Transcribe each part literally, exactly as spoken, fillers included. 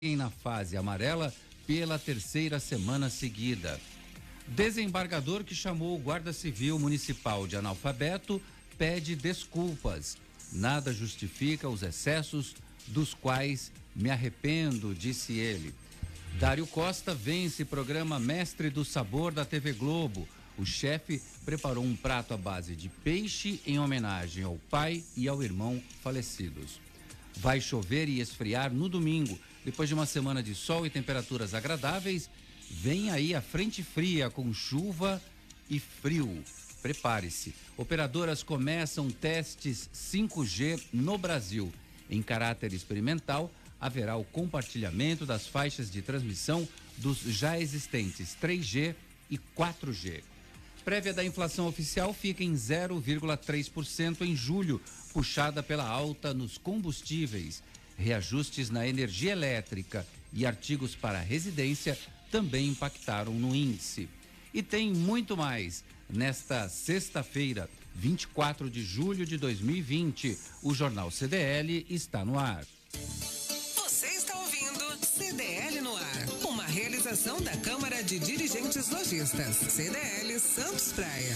na fase amarela pela terceira semana seguida. Desembargador que chamou o Guarda Civil Municipal de analfabeto pede desculpas. Nada justifica os excessos dos quais me arrependo, disse ele. Dário Costa vence programa Mestre do Sabor da T V Globo. O chefe preparou um prato à base de peixe em homenagem ao pai e ao irmão falecidos. Vai chover e esfriar no domingo. Depois de uma semana de sol e temperaturas agradáveis, vem aí a frente fria com chuva e frio. Prepare-se. Operadoras começam testes cinco G no Brasil. Em caráter experimental, haverá o compartilhamento das faixas de transmissão dos já existentes três G e quatro G. Prévia da inflação oficial fica em zero vírgula três por cento em julho, puxada pela alta nos combustíveis. Reajustes na energia elétrica e artigos para residência também impactaram no índice. E tem muito mais. Nesta sexta-feira, vinte e quatro de julho de dois mil e vinte, o Jornal C D L está no ar. Você está ouvindo C D L no ar, uma realização da Câmara de Dirigentes Lojistas, C D L Santos Praia.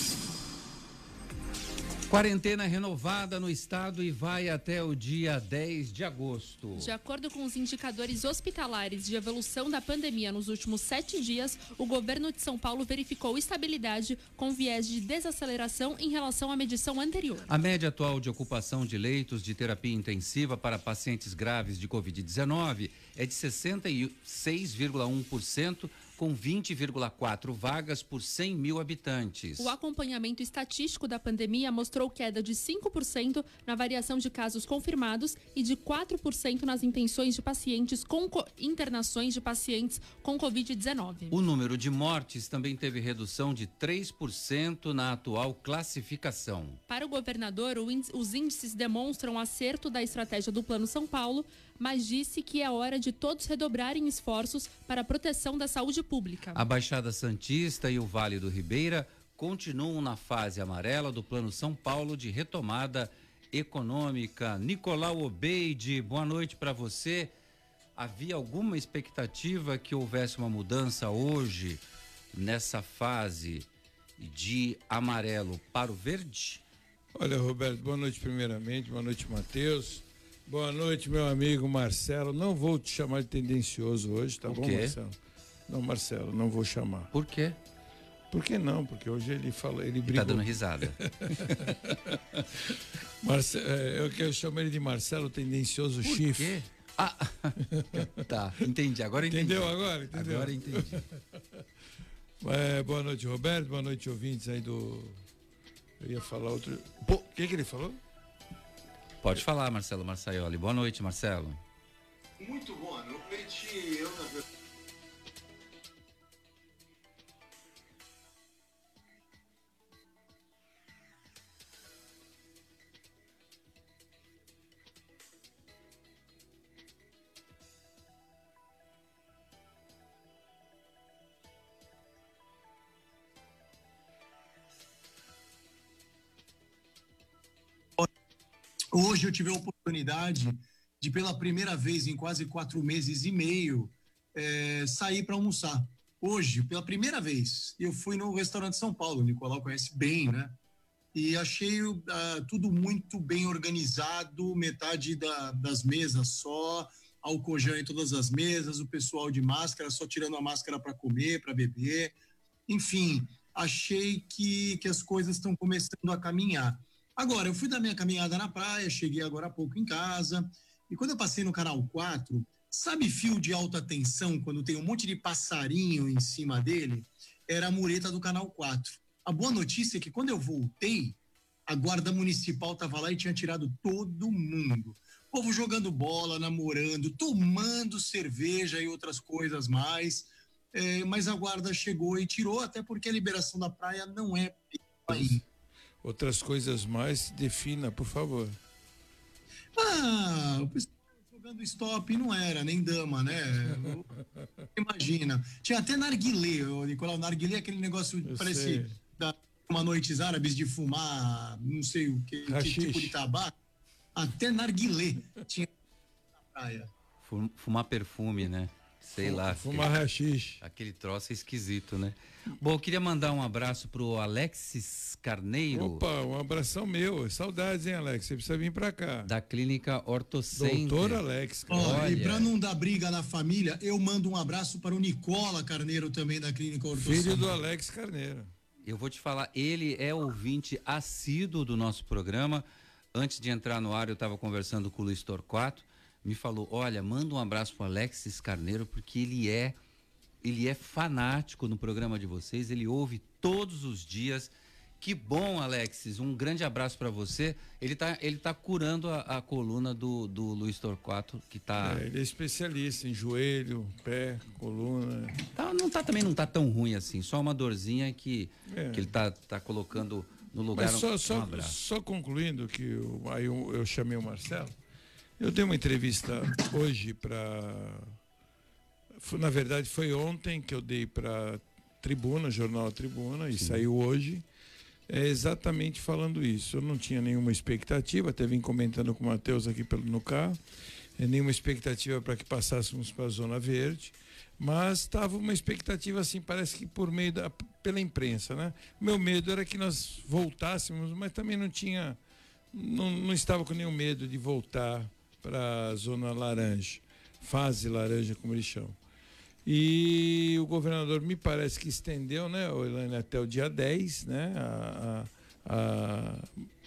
Quarentena renovada no estado e vai até o dia dez de agosto. De acordo com os indicadores hospitalares de evolução da pandemia nos últimos sete dias, o governo de São Paulo verificou estabilidade com viés de desaceleração em relação à medição anterior. A média atual de ocupação de leitos de terapia intensiva para pacientes graves de covid dezenove é de sessenta e seis vírgula um por cento, com vinte vírgula quatro vagas por cem mil habitantes. O acompanhamento estatístico da pandemia mostrou queda de cinco por cento na variação de casos confirmados e de quatro por cento nas intenções de pacientes com co- internações de pacientes com covid dezenove. O número de mortes também teve redução de três por cento na atual classificação. Para o governador, o índice, os índices demonstram acerto da estratégia do Plano São Paulo, mas disse que é hora de todos redobrarem esforços para a proteção da saúde pública. A Baixada Santista e o Vale do Ribeira continuam na fase amarela do Plano São Paulo de retomada econômica. Nicolau Obeide, boa noite para você. Havia alguma expectativa que houvesse uma mudança hoje nessa fase de amarelo para o verde? Olha, Roberto, boa noite primeiramente, boa noite, Matheus. Boa noite, meu amigo Marcelo. Não vou te chamar de tendencioso hoje, tá bom, Marcelo? Não, Marcelo, não vou chamar. Por quê? Por que não? Porque hoje ele fala, ele brigou. Tá dando risada. Marce... Eu, eu chamo ele de Marcelo Tendencioso Por Chifre. quê? Ah, tá, entendi, agora entendi. Entendeu agora? Entendeu? Agora entendi. É, boa noite, Roberto, boa noite, ouvintes aí do... Eu ia falar outro... Pô, o que que ele falou? Pode falar, Marcelo Marçaioli. Boa noite, Marcelo. Muito boa noite. Eu, na verdade... Hoje eu tive a oportunidade de, pela primeira vez em quase quatro meses e meio, é, sair para almoçar. Hoje, pela primeira vez, eu fui no restaurante São Paulo, o Nicolau conhece bem, né? E achei uh, tudo muito bem organizado, metade da, das mesas só, álcool gel em todas as mesas, o pessoal de máscara, só tirando a máscara para comer, para beber. Enfim, achei que, que as coisas estão começando a caminhar. Agora, eu fui dar minha caminhada na praia, cheguei agora há pouco em casa, e quando eu passei no canal quatro, sabe fio de alta tensão, quando tem um monte de passarinho em cima dele? Era a mureta do canal quatro. A boa notícia é que quando eu voltei, a guarda municipal estava lá e tinha tirado todo mundo. O povo jogando bola, namorando, tomando cerveja e outras coisas mais, é, mas a guarda chegou e tirou, até porque a liberação da praia não é aí. Outras coisas mais, defina, por favor. Ah, o pessoal jogando stop não era, nem dama, né? Imagina. Tinha até narguilé, o Nicolau. Narguilé é aquele negócio que parece da, uma noites árabes de fumar, não sei o que, que tipo de tabaco. Até narguilé tinha na praia. Fumar perfume, né? Sei lá. Fumar rachixe. Aquele troço é esquisito, né? Bom, eu queria mandar um abraço pro Alexis Carneiro. Opa, um abração meu. Saudades, hein, Alex? Você precisa vir pra cá. Da Clínica Ortocenter. Doutor Alex. Olha, e pra não dar briga na família, eu mando um abraço para o Nicola Carneiro, também da Clínica Ortocenter. Filho do Alex Carneiro. Eu vou te falar, ele é ouvinte assíduo do nosso programa. Antes de entrar no ar, eu estava conversando com o Luiz Torquato. Me falou, olha, manda um abraço pro Alexis Carneiro, porque ele é, ele é fanático no programa de vocês, ele ouve todos os dias. Que bom, Alexis, um grande abraço para você. Ele tá, ele tá curando a, a coluna do, do Luiz Torquato, que tá... É, ele é especialista em joelho, pé, coluna. Tá, não tá, também não tá tão ruim assim, só uma dorzinha que, é. que ele tá, tá colocando no lugar. Mas só, um, só, um só concluindo que eu, aí eu, eu chamei o Marcelo. Eu dei uma entrevista hoje para... Na verdade, foi ontem que eu dei para Tribuna, Jornal Tribuna, e Sim. saiu hoje, é exatamente falando isso. Eu não tinha nenhuma expectativa, até vim comentando com o Matheus aqui pelo, no carro, é, nenhuma expectativa para que passássemos para a Zona Verde, mas estava uma expectativa assim, parece que por meio da... pela imprensa, né? Meu medo era que nós voltássemos, mas também não tinha... Não, não estava com nenhum medo de voltar para a zona laranja, fase laranja, como eles chamam. E o governador me parece que estendeu, né, Elaine, até o dia dez, né, a, a, a,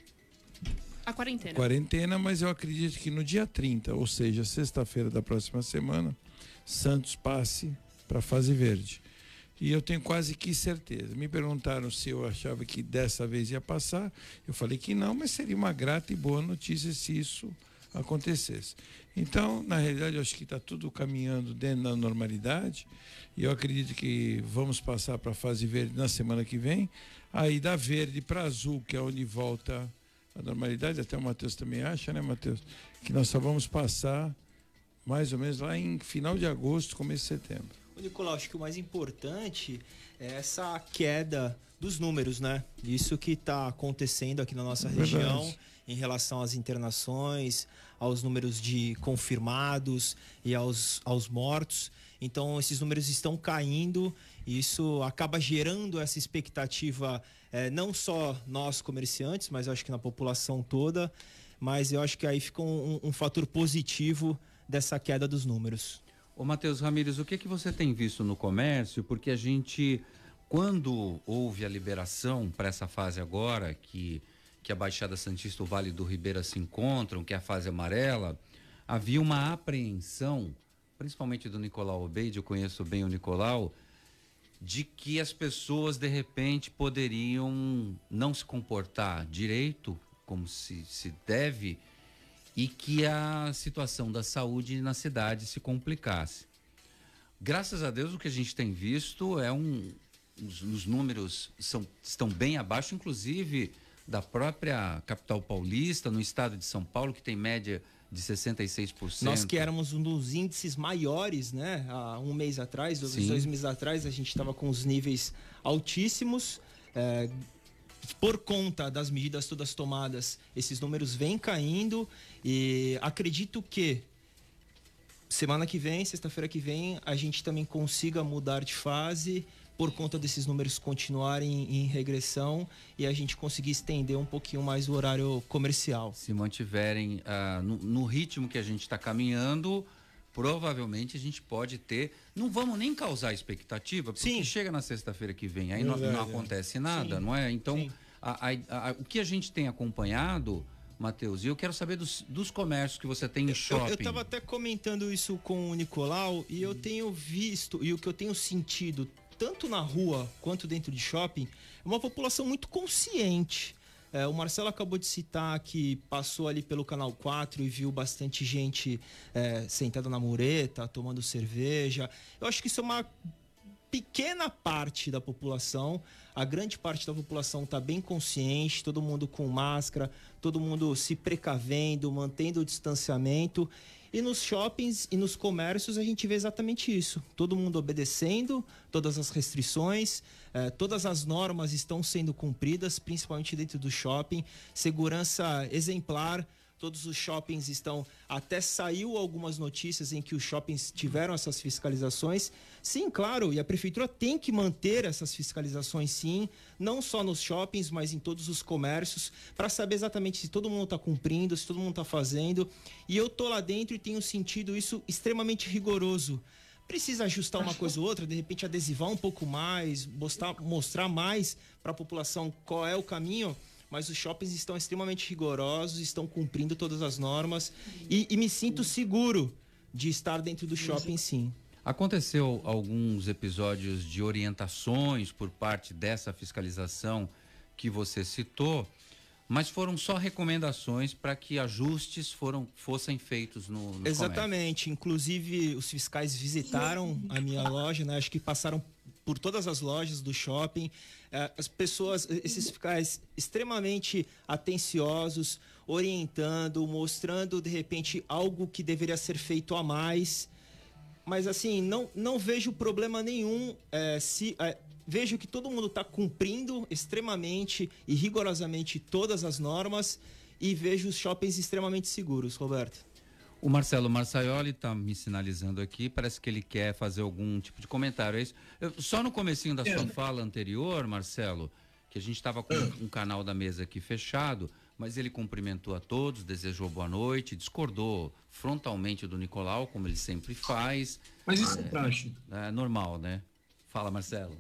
a quarentena. quarentena, mas eu acredito que no dia trinta, ou seja, sexta-feira da próxima semana, Santos passe para a fase verde. E eu tenho quase que certeza. Me perguntaram se eu achava que dessa vez ia passar. Eu falei que não, mas seria uma grata e boa notícia se isso acontecesse. Então, na realidade, eu acho que está tudo caminhando dentro da normalidade e eu acredito que vamos passar para a fase verde na semana que vem. Aí da verde para azul, que é onde volta a normalidade, até o Matheus também acha, né, Matheus? Que nós só vamos passar mais ou menos lá em final de agosto, começo de setembro. Ô, Nicolau, acho que o mais importante é essa queda dos números, né? Isso que está acontecendo aqui na nossa Verdade. região em relação às internações, aos números de confirmados e aos, aos mortos. Então, esses números estão caindo e isso acaba gerando essa expectativa, é, não só nós comerciantes, mas eu acho que na população toda, mas eu acho que aí fica um, um fator positivo dessa queda dos números. Ô, Matheus Ramírez, o que que você tem visto no comércio? Porque a gente, quando houve a liberação para essa fase agora, que, que a Baixada Santista e o Vale do Ribeira se encontram, que é a fase amarela, havia uma apreensão, principalmente do Nicolau Obeide, eu conheço bem o Nicolau, de que as pessoas, de repente, poderiam não se comportar direito, como se, se deve, e que a situação da saúde na cidade se complicasse. Graças a Deus, o que a gente tem visto é um... Os, os números são, estão bem abaixo, inclusive da própria capital paulista, no estado de São Paulo, que tem média de sessenta e seis por cento. Nós que éramos um dos índices maiores, né? Há um mês atrás, dois, dois meses atrás, a gente estava com os níveis altíssimos. É, por conta das medidas todas tomadas, esses números vêm caindo e acredito que semana que vem, sexta-feira que vem, a gente também consiga mudar de fase por conta desses números continuarem em regressão e a gente conseguir estender um pouquinho mais o horário comercial. Se mantiverem uh, no, no ritmo que a gente está caminhando, provavelmente a gente pode ter... Não vamos nem causar expectativa, porque Sim. chega na sexta-feira que vem, aí não, não acontece nada, Sim. não é? Então, a, a, a, o que a gente tem acompanhado, Matheus, e eu quero saber dos, dos comércios que você tem em shopping. Eu estava até comentando isso com o Nicolau e eu tenho visto, e o que eu tenho sentido, tanto na rua quanto dentro de shopping, é uma população muito consciente. É, o Marcelo acabou de citar que passou ali pelo Canal quatro e viu bastante gente é, sentada na mureta, tomando cerveja. Eu acho que isso é uma pequena parte da população. A grande parte da população está bem consciente, todo mundo com máscara, todo mundo se precavendo, mantendo o distanciamento. E nos shoppings e nos comércios a gente vê exatamente isso. Todo mundo obedecendo todas as restrições, eh, todas as normas estão sendo cumpridas, principalmente dentro do shopping. Segurança exemplar, todos os shoppings estão... Até saiu algumas notícias em que os shoppings tiveram essas fiscalizações. Sim, claro, e a prefeitura tem que manter essas fiscalizações, sim, não só nos shoppings, mas em todos os comércios, para saber exatamente se todo mundo está cumprindo, se todo mundo está fazendo. E eu tô lá dentro e tenho sentido isso extremamente rigoroso. Precisa ajustar uma coisa ou outra, de repente adesivar um pouco mais, mostrar, mostrar mais para a população qual é o caminho, mas os shoppings estão extremamente rigorosos, estão cumprindo todas as normas e, e me sinto seguro de estar dentro do shopping, sim. Aconteceu alguns episódios de orientações por parte dessa fiscalização que você citou, mas foram só recomendações para que ajustes foram, fossem feitos no, no Exatamente. Comércio. Inclusive, os fiscais visitaram a minha loja, né? Acho que passaram por todas as lojas do shopping. As pessoas, esses fiscais extremamente atenciosos, orientando, mostrando, de repente, algo que deveria ser feito a mais. Mas, assim, não, não vejo problema nenhum é, se... É, vejo que todo mundo está cumprindo extremamente e rigorosamente todas as normas e vejo os shoppings extremamente seguros, Roberto. O Marcelo Marsaioli está me sinalizando aqui, parece que ele quer fazer algum tipo de comentário, é isso? Eu, só no comecinho da sua fala anterior, Marcelo, que a gente estava com um canal da mesa aqui fechado, mas ele cumprimentou a todos, desejou boa noite, discordou frontalmente do Nicolau, como ele sempre faz. Mas isso é praxe. É normal, né? Fala, Marcelo.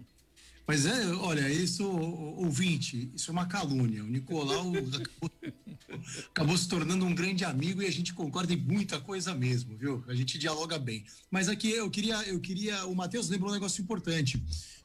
Mas é, olha, isso, ouvinte, isso é uma calúnia. O Nicolau acabou, acabou se tornando um grande amigo e a gente concorda em muita coisa mesmo, viu? A gente dialoga bem. Mas aqui eu queria, eu queria, o Matheus lembrou um negócio importante.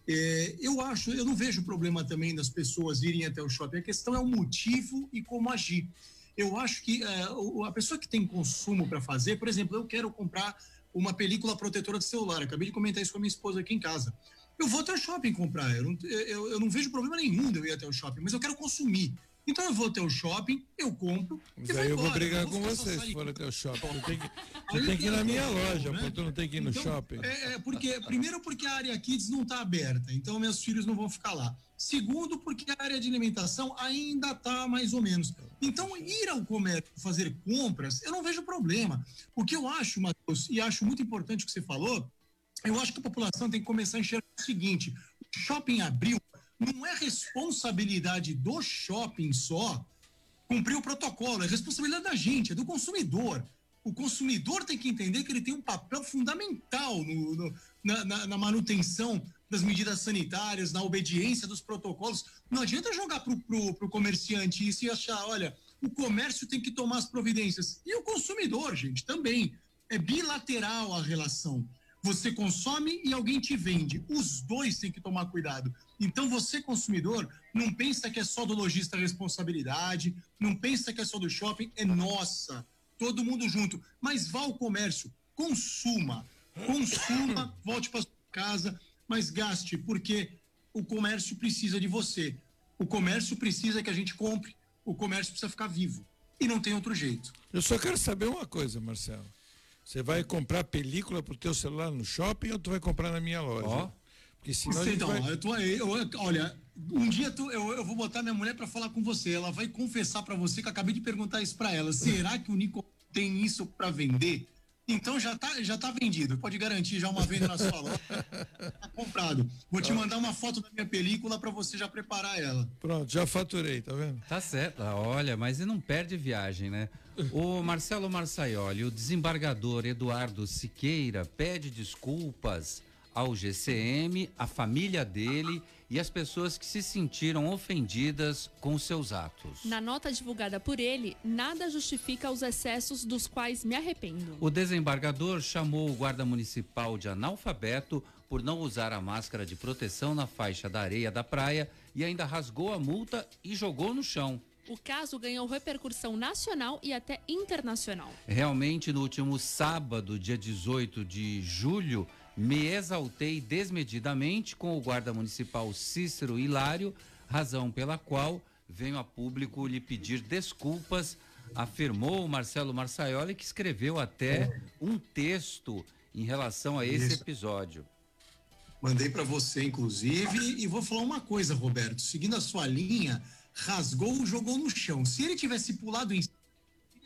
É, eu acho, eu não vejo problema também das pessoas irem até o shopping. A questão é o motivo e como agir. Eu acho que é, a pessoa que tem consumo para fazer, por exemplo, eu quero comprar uma película protetora de celular. Acabei de comentar isso com a minha esposa aqui em casa. Eu vou até o shopping comprar. Eu não, eu, eu não vejo problema nenhum de eu ir até o shopping, mas eu quero consumir. Então eu vou até o shopping, eu compro. Mas aí eu vou brigar com você se for até o shopping. Tu tem que, tu tem que ir na minha loja, né? Pô, tu não tem que ir no então, shopping. É, é porque, primeiro porque a área Kids não está aberta, então meus filhos não vão ficar lá. Segundo, porque a área de alimentação ainda está mais ou menos. Então, ir ao comércio fazer compras, eu não vejo problema. O que eu acho, Matheus, e acho muito importante o que você falou, eu acho que a população tem que começar a enxergar o seguinte: o shopping abriu, não é responsabilidade do shopping só cumprir o protocolo, é responsabilidade da gente, é do consumidor. O consumidor tem que entender que ele tem um papel fundamental no, no, na, na, na manutenção das medidas sanitárias, na obediência dos protocolos. Não adianta jogar pro, pro, pro comerciante isso e achar, olha, o comércio tem que tomar as providências. E o consumidor, gente, também. É bilateral a relação. Você consome e alguém te vende. Os dois têm que tomar cuidado. Então, você, consumidor, não pensa que é só do lojista a responsabilidade, não pensa que é só do shopping, é nossa. Todo mundo junto. Mas vá ao comércio, consuma. Consuma, volte para sua casa, mas gaste, porque o comércio precisa de você. O comércio precisa que a gente compre. O comércio precisa ficar vivo. E não tem outro jeito. Eu só quero saber uma coisa, Marcelo. Você vai comprar película pro teu celular no shopping ou tu vai comprar na minha loja? Ó. Oh. Porque senão você, então, vai... eu tô aí, eu, olha, um dia tu, eu, eu vou botar minha mulher para falar com você. Ela vai confessar para você que eu acabei de perguntar isso para ela. Será que o Nico tem isso para vender? Então já tá, já tá vendido. Pode garantir já uma venda na sua loja. Tá comprado. Vou te mandar uma foto da minha película para você já preparar ela. Pronto, já faturei, tá vendo? Tá certo. Olha, mas e não perde viagem, né? O Marcelo Marsaioli, o desembargador Eduardo Siqueira pede desculpas ao G C M, à família dele e às pessoas que se sentiram ofendidas com seus atos. Na nota divulgada por ele, nada justifica os excessos dos quais me arrependo. O desembargador chamou o guarda municipal de analfabeto por não usar a máscara de proteção na faixa da areia da praia e ainda rasgou a multa e jogou no chão. O caso ganhou repercussão nacional e até internacional. Realmente, no último sábado, dia dezoito de julho, me exaltei desmedidamente com o guarda municipal Cícero Hilário, razão pela qual venho a público lhe pedir desculpas, afirmou o Marcelo Marsaioli, que escreveu até um texto em relação a esse episódio. Mandei para você, inclusive, e vou falar uma coisa, Roberto, seguindo a sua linha, rasgou, jogou no chão. Se ele tivesse pulado em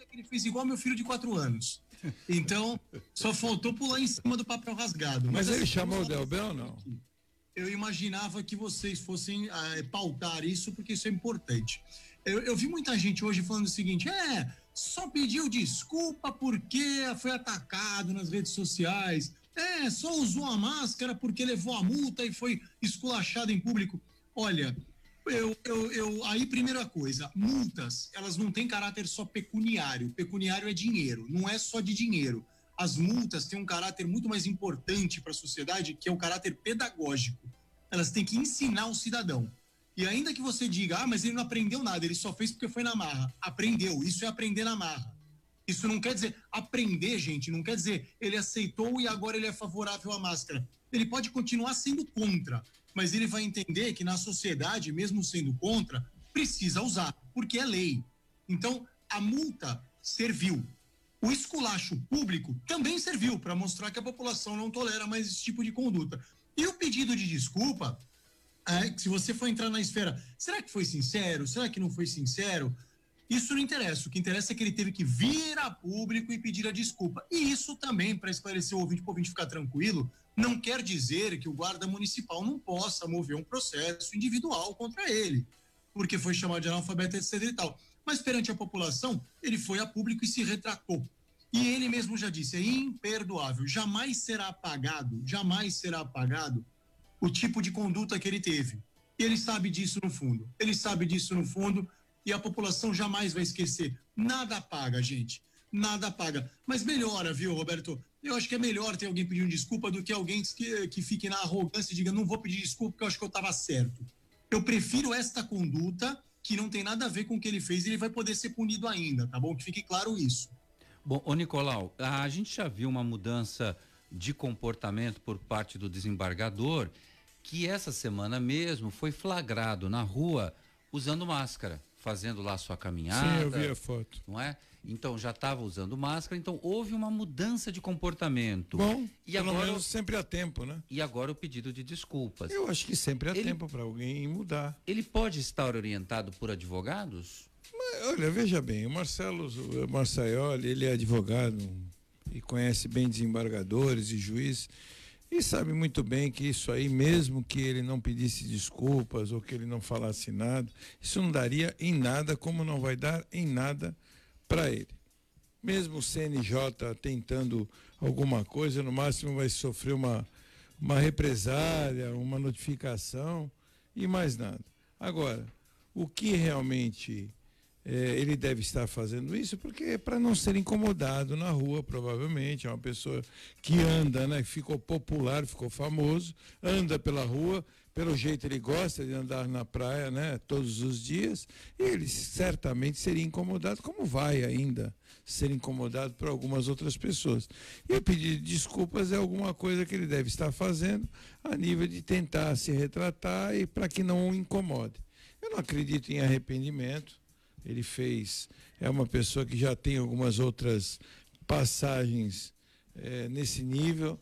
que ele fez igual meu filho de quatro anos. Então, só faltou pular em cima do papel rasgado. Mas, Mas ele assim, chamou o Delbel ou não? Eu imaginava que vocês fossem ah, pautar isso, porque isso é importante. Eu, eu vi muita gente hoje falando o seguinte, é, só pediu desculpa porque foi atacado nas redes sociais, é, só usou a máscara porque levou a multa e foi esculachado em público. Olha, eu, eu, eu, aí primeira coisa, multas, elas não têm caráter só pecuniário, pecuniário é dinheiro, não é só de dinheiro. As multas têm um caráter muito mais importante para a sociedade, que é o caráter pedagógico. Elas têm que ensinar o cidadão. E ainda que você diga, ah, mas ele não aprendeu nada, ele só fez porque foi na marra. Aprendeu, isso é aprender na marra. Isso não quer dizer, aprender, gente, não quer dizer ele aceitou e agora ele é favorável à máscara. Ele pode continuar sendo contra, mas ele vai entender que na sociedade, mesmo sendo contra, precisa usar, porque é lei. Então, a multa serviu. O esculacho público também serviu para mostrar que a população não tolera mais esse tipo de conduta. E o pedido de desculpa, é, se você for entrar na esfera, será que foi sincero? Será que não foi sincero? Isso não interessa. O que interessa é que ele teve que vir a público e pedir a desculpa. E isso também, para esclarecer o ouvinte, para o ouvinte ficar tranquilo, não quer dizer que o guarda municipal não possa mover um processo individual contra ele, porque foi chamado de analfabeto, etc e tal. Mas perante a população, ele foi a público e se retratou. E ele mesmo já disse, é imperdoável, jamais será apagado, jamais será apagado o tipo de conduta que ele teve. E ele sabe disso no fundo, ele sabe disso no fundo e a população jamais vai esquecer. Nada apaga, gente, nada apaga. Mas melhora, viu, Roberto? Eu acho que é melhor ter alguém pedindo desculpa do que alguém que, que fique na arrogância e diga, não vou pedir desculpa porque eu acho que eu estava certo. Eu prefiro esta conduta que não tem nada a ver com o que ele fez e ele vai poder ser punido ainda, tá bom? Que fique claro isso. Bom, ô Nicolau, a gente já viu uma mudança de comportamento por parte do desembargador, que essa semana mesmo foi flagrado na rua usando máscara, fazendo lá sua caminhada. Sim, eu vi a foto. Não é? Então já estava usando máscara, então houve uma mudança de comportamento. Bom, e pelo agora menos sempre há tempo, né? E agora o pedido de desculpas. Eu acho que sempre há ele, tempo para alguém mudar. Ele pode estar orientado por advogados? Mas, olha, veja bem, o Marcelo o Marçaioli, ele é advogado e conhece bem desembargadores e juízes e sabe muito bem que isso aí, mesmo que ele não pedisse desculpas ou que ele não falasse nada, isso não daria em nada, como não vai dar em nada para ele. Mesmo o C N J tentando alguma coisa, no máximo vai sofrer uma, uma represália, uma notificação e mais nada. Agora, o que realmente eh, ele deve estar fazendo isso? Porque é para não ser incomodado na rua, provavelmente. É uma pessoa que anda, né? Ficou popular, ficou famoso, anda pela rua. Pelo jeito ele gosta de andar na praia, né, todos os dias, e ele certamente seria incomodado, como vai ainda ser incomodado por algumas outras pessoas. E o pedido de desculpas é alguma coisa que ele deve estar fazendo a nível de tentar se retratar e para que não o incomode. Eu não acredito em arrependimento. Ele fez, é uma pessoa que já tem algumas outras passagens é, nesse nível,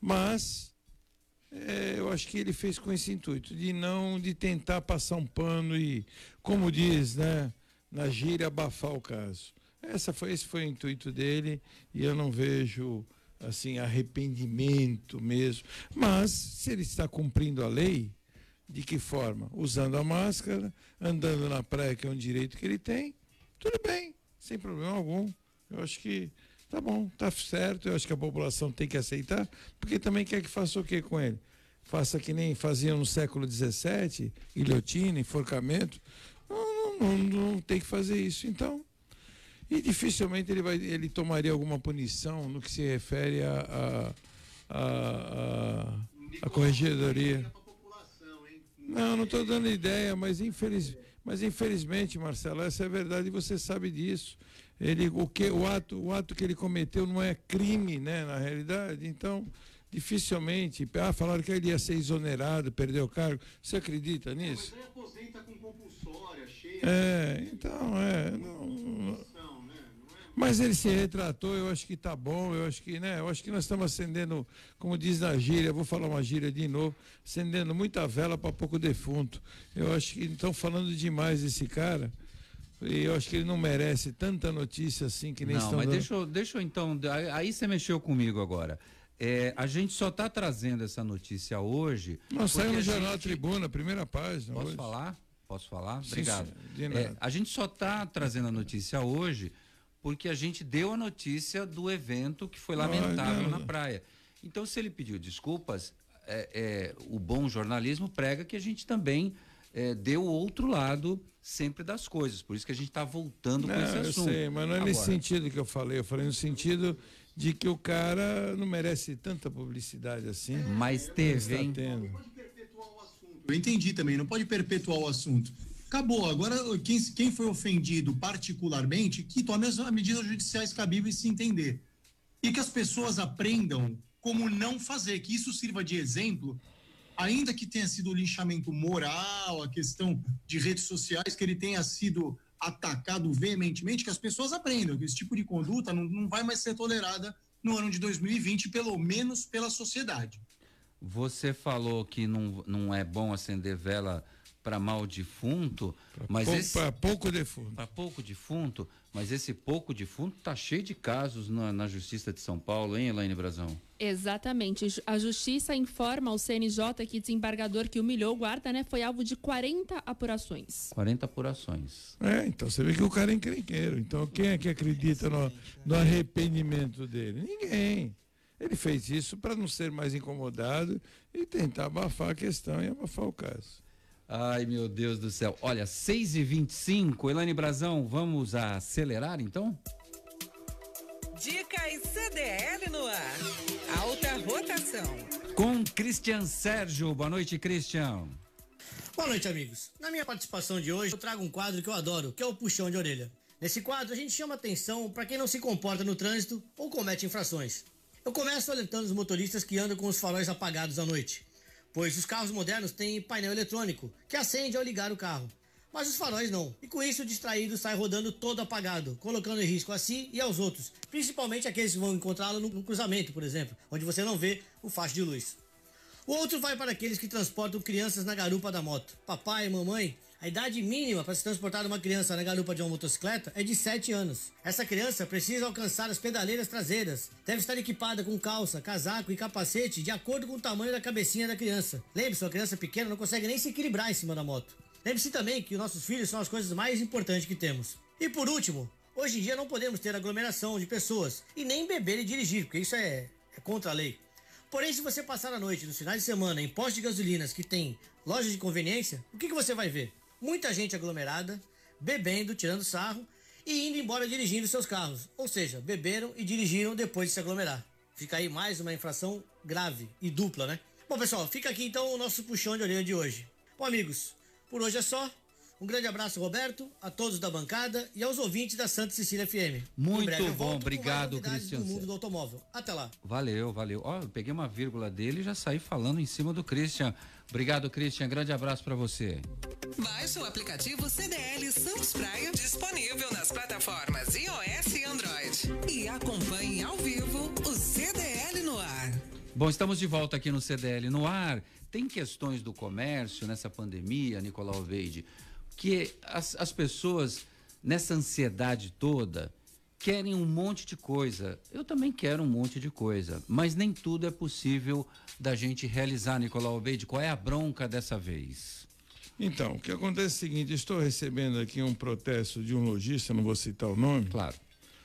mas É, eu acho que ele fez com esse intuito, de não, de tentar passar um pano e, como diz, né, na gíria, abafar o caso. Essa foi, esse foi o intuito dele e eu não vejo, assim, arrependimento mesmo. Mas, se ele está cumprindo a lei, de que forma? Usando a máscara, andando na praia, que é um direito que ele tem, tudo bem, sem problema algum. Eu acho que tá bom, tá certo, eu acho que a população tem que aceitar, porque também quer que faça o que com ele? Faça que nem faziam no século dezessete, guilhotina, enforcamento. Não, não, não, não tem que fazer isso. Então, e dificilmente ele, vai, ele tomaria alguma punição no que se refere a, a, a, a, a corregedoria. Não, não estou dando ideia, mas, infeliz, mas infelizmente, Marcelo, essa é a verdade e você sabe disso. Ele, o, que, o, ato, o ato que ele cometeu não é crime, né, na realidade, então dificilmente, ah, falaram que ele ia ser exonerado, perdeu o cargo, você acredita nisso? Mas ele aposenta com compulsória, cheia. É, então, é, não, não, mas ele se retratou, eu acho que tá bom, eu acho que, né, eu acho que nós estamos acendendo, como diz na gíria, eu vou falar uma gíria de novo, acendendo muita vela para pouco defunto. Eu acho que estão falando demais desse cara. E eu acho que ele não merece tanta notícia assim que nem não, estão mas dando. deixa eu, deixa eu então, aí você mexeu comigo agora. É, a gente só está trazendo essa notícia hoje. Nós saímos no Jornal gente... Tribuna, primeira página. Posso hoje. falar? Posso falar? Sim, Obrigado. de nada. É, a gente só está trazendo a notícia hoje porque a gente deu a notícia do evento que foi lamentável na praia. Então, se ele pediu desculpas, é, é, o bom jornalismo prega que a gente também é, deu o outro lado sempre das coisas. Por isso que a gente está voltando não, com esse eu assunto. Sei, mas não é Agora, nesse sentido que eu falei. Eu falei no sentido de que o cara não merece tanta publicidade assim. Mas teve, hein? Não pode perpetuar o assunto. Eu entendi também, não pode perpetuar o assunto. Acabou. Agora, quem, quem foi ofendido particularmente, que tome as medidas judiciais cabíveis se entender. E que as pessoas aprendam como não fazer, que isso sirva de exemplo, ainda que tenha sido o linchamento moral, a questão de redes sociais, que ele tenha sido atacado veementemente, que as pessoas aprendam que esse tipo de conduta não, não vai mais ser tolerada no ano de dois mil e vinte, pelo menos pela sociedade. Você falou que não, não é bom acender vela para mal defunto, mas pou, esse para pouco defunto. Para pouco defunto, mas esse pouco defunto tá cheio de casos na, na Justiça de São Paulo, hein, Elaine Brazão? Exatamente. A Justiça informa ao C N J que desembargador que humilhou o guarda, né, foi alvo de quarenta apurações. quarenta apurações. É, então você vê que o cara é encrenqueiro. Então quem é que acredita no, no arrependimento dele? Ninguém. Ele fez isso para não ser mais incomodado e tentar abafar a questão e abafar o caso. Ai, meu Deus do céu. Olha, seis e vinte e cinco, Elaine Brazão, vamos acelerar então? Dicas C D L no ar. Alta rotação. Com Christian Sérgio. Boa noite, Christian. Boa noite, amigos. Na minha participação de hoje, eu trago um quadro que eu adoro, que é o puxão de orelha. Nesse quadro, a gente chama atenção para quem não se comporta no trânsito ou comete infrações. Eu começo alertando os motoristas que andam com os faróis apagados à noite, pois os carros modernos têm painel eletrônico, que acende ao ligar o carro. Mas os faróis não, e com isso o distraído sai rodando todo apagado, colocando em risco a si e aos outros, principalmente aqueles que vão encontrá-lo no cruzamento, por exemplo, onde você não vê o facho de luz. O outro vai para aqueles que transportam crianças na garupa da moto. Papai e mamãe, a idade mínima para se transportar uma criança na garupa de uma motocicleta é de sete anos. Essa criança precisa alcançar as pedaleiras traseiras. Deve estar equipada com calça, casaco e capacete de acordo com o tamanho da cabecinha da criança. Lembre-se, uma criança pequena não consegue nem se equilibrar em cima da moto. Lembre-se também que os nossos filhos são as coisas mais importantes que temos. E por último, hoje em dia não podemos ter aglomeração de pessoas e nem beber e dirigir, porque isso é, é contra a lei. Porém, se você passar a noite, nos finais de semana, em postos de gasolinas que tem lojas de conveniência, o que, que você vai ver? Muita gente aglomerada, bebendo, tirando sarro e indo embora dirigindo seus carros. Ou seja, beberam e dirigiram depois de se aglomerar. Fica aí mais uma infração grave e dupla, né? Bom, pessoal, fica aqui então o nosso puxão de orelha de hoje. Bom, amigos, por hoje é só. Um grande abraço, Roberto, a todos da bancada e aos ouvintes da Santa Cecília F M. Muito breve, eu bom, volto obrigado, com mais novidades Christian. do mundo do automóvel. Até lá. Valeu, valeu. Ó, eu peguei uma vírgula dele e já saí falando em cima do Christian. Obrigado, Christian. Grande abraço para você. Baixe o aplicativo C D L Santos Praia, disponível nas plataformas iOS e Android. E acompanhe ao vivo o C D L no ar. Bom, estamos de volta aqui no C D L no ar. Tem questões do comércio nessa pandemia, Nicolau Veide, que as, as pessoas, nessa ansiedade toda, querem um monte de coisa. Eu também quero um monte de coisa, mas nem tudo é possível da gente realizar, Nicolau Veide. Qual é a bronca dessa vez? Então, o que acontece é o seguinte, estou recebendo aqui um protesto de um lojista, não vou citar o nome. Claro.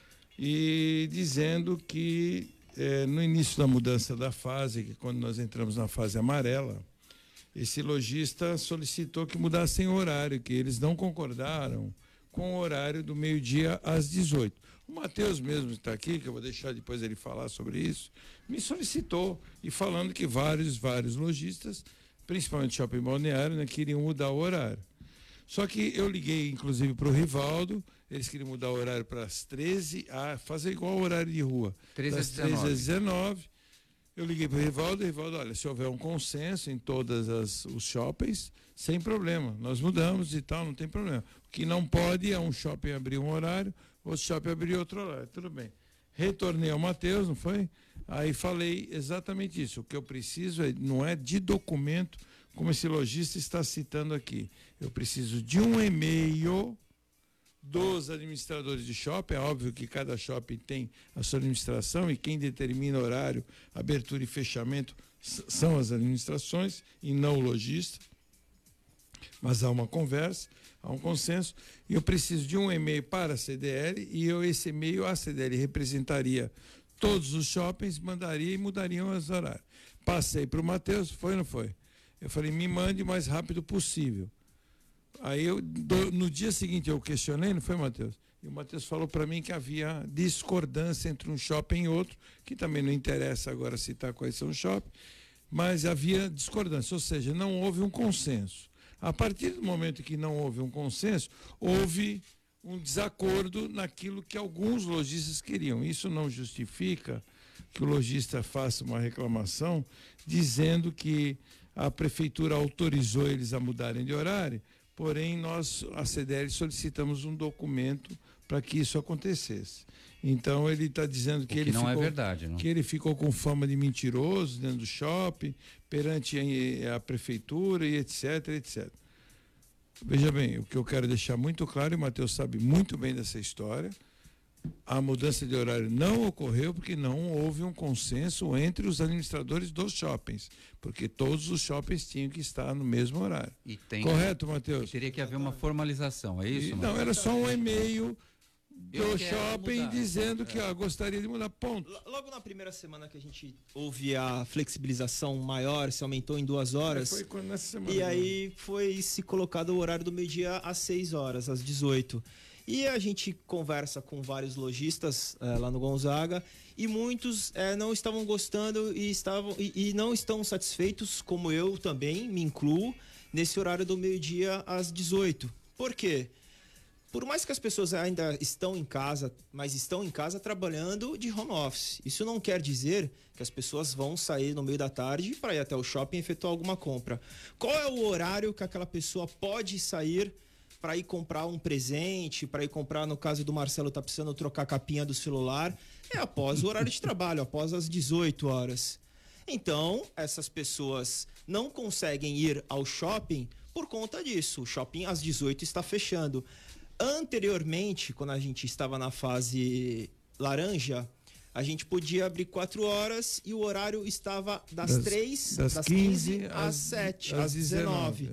E dizendo que eh, no início da mudança da fase, que quando nós entramos na fase amarela, esse lojista solicitou que mudassem o horário, que eles não concordaram com o horário do meio-dia às dezoito. O Matheus mesmo está aqui, que eu vou deixar depois ele falar sobre isso, me solicitou e falando que vários, vários lojistas, principalmente Shopping Balneário, né, queriam mudar o horário. Só que eu liguei, inclusive, para o Rivaldo, eles queriam mudar o horário para as treze, a fazer igual o horário de rua. treze das treze às dezenove. Eu liguei para o Rivaldo, Rivaldo, olha, se houver um consenso em todos os shoppings, sem problema, nós mudamos e tal, não tem problema. O que não pode é um shopping abrir um horário, outro shopping abrir outro horário, tudo bem. Retornei ao Matheus, não foi? Aí falei exatamente isso, o que eu preciso é, não é de documento, como esse lojista está citando aqui. Eu preciso de um e-mail dos administradores de shopping. É óbvio que cada shopping tem a sua administração e quem determina horário, abertura e fechamento são as administrações e não o lojista. Mas há uma conversa, há um consenso, e eu preciso de um e-mail para a C D L, e eu, esse e-mail, a C D L representaria todos os shoppings, mandaria e mudariam os horários. Passei para o Matheus, foi ou não foi? Eu falei, me mande o mais rápido possível. Aí eu, do, no dia seguinte eu questionei, não foi, Matheus? E o Matheus falou para mim que havia discordância entre um shopping e outro, que também não interessa agora citar quais são os shoppings, mas havia discordância, ou seja, não houve um consenso. A partir do momento que não houve um consenso, houve um desacordo naquilo que alguns lojistas queriam. Isso não justifica que o lojista faça uma reclamação dizendo que a prefeitura autorizou eles a mudarem de horário, porém nós, a C D L, solicitamos um documento para que isso acontecesse. Então ele está dizendo que, que ele não ficou, é verdade, não? que ele ficou com fama de mentiroso dentro do shopping, perante a, a prefeitura e etc, etcétera. Veja bem, o que eu quero deixar muito claro, e o Matheus sabe muito bem dessa história, a mudança de horário não ocorreu porque não houve um consenso entre os administradores dos shoppings, porque todos os shoppings tinham que estar no mesmo horário. E tem, correto, Matheus? Teria que haver uma formalização, é isso? E, não, era só um e-mail do shopping mudar. dizendo que ó, gostaria de mudar, ponto. Logo na primeira semana que a gente houve a flexibilização maior, se aumentou em duas horas. Foi quando, nessa semana. E aí foi se colocado o horário do meio-dia às seis horas, às dezoito. E a gente conversa com vários lojistas é, lá no Gonzaga e muitos é, não estavam gostando e, estavam, e, e não estão satisfeitos, como eu também me incluo, nesse horário do meio-dia às dezoito. Por quê? Por mais que as pessoas ainda estão em casa, mas estão em casa trabalhando de home office. Isso não quer dizer que as pessoas vão sair no meio da tarde para ir até o shopping e efetuar alguma compra. Qual é o horário que aquela pessoa pode sair para ir comprar um presente, para ir comprar, no caso do Marcelo, tá precisando trocar a capinha do celular? É após o horário de trabalho, após as dezoito horas. Então, essas pessoas não conseguem ir ao shopping por conta disso. O shopping às dezoito está fechando. Anteriormente, quando a gente estava na fase laranja, a gente podia abrir quatro horas e o horário estava das, das três, das, das quinze, quinze às sete, às dezenove.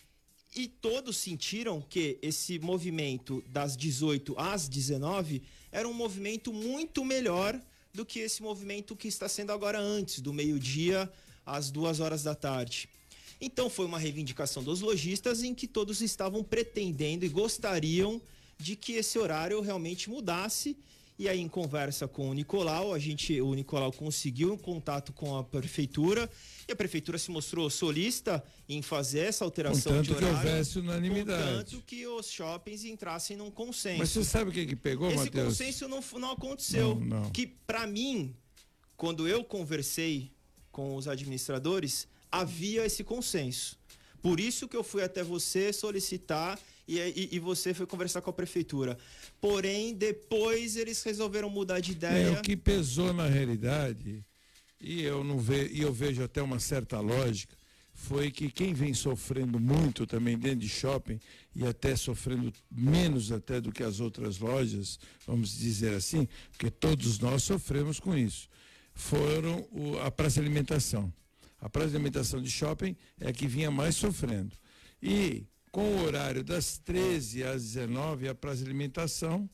E todos sentiram que esse movimento das dezoito às dezenove era um movimento muito melhor do que esse movimento que está sendo agora antes, do meio-dia às duas horas da tarde. Então foi uma reivindicação dos lojistas em que todos estavam pretendendo e gostariam de que esse horário realmente mudasse. E aí, em conversa com o Nicolau, a gente, o Nicolau conseguiu um contato com a prefeitura e a prefeitura se mostrou solícita em fazer essa alteração Contanto de horário. que houvesse unanimidade. Contanto que os shoppings entrassem num consenso. Mas você sabe o que que pegou, Esse Matheus? consenso não, não aconteceu. Não, não. Que, para mim, quando eu conversei com os administradores, havia esse consenso. Por isso que eu fui até você solicitar e, e, e você foi conversar com a prefeitura. Porém, depois eles resolveram mudar de ideia. É, o que pesou na realidade, e eu, não ve, e eu vejo até uma certa lógica, foi que quem vem sofrendo muito também dentro de shopping, e até sofrendo menos até do que as outras lojas, vamos dizer assim, porque todos nós sofremos com isso, foram o, a praça de alimentação. A praça de alimentação de shopping é a que vinha mais sofrendo. E com o horário das treze às dezenove, a praça de alimentação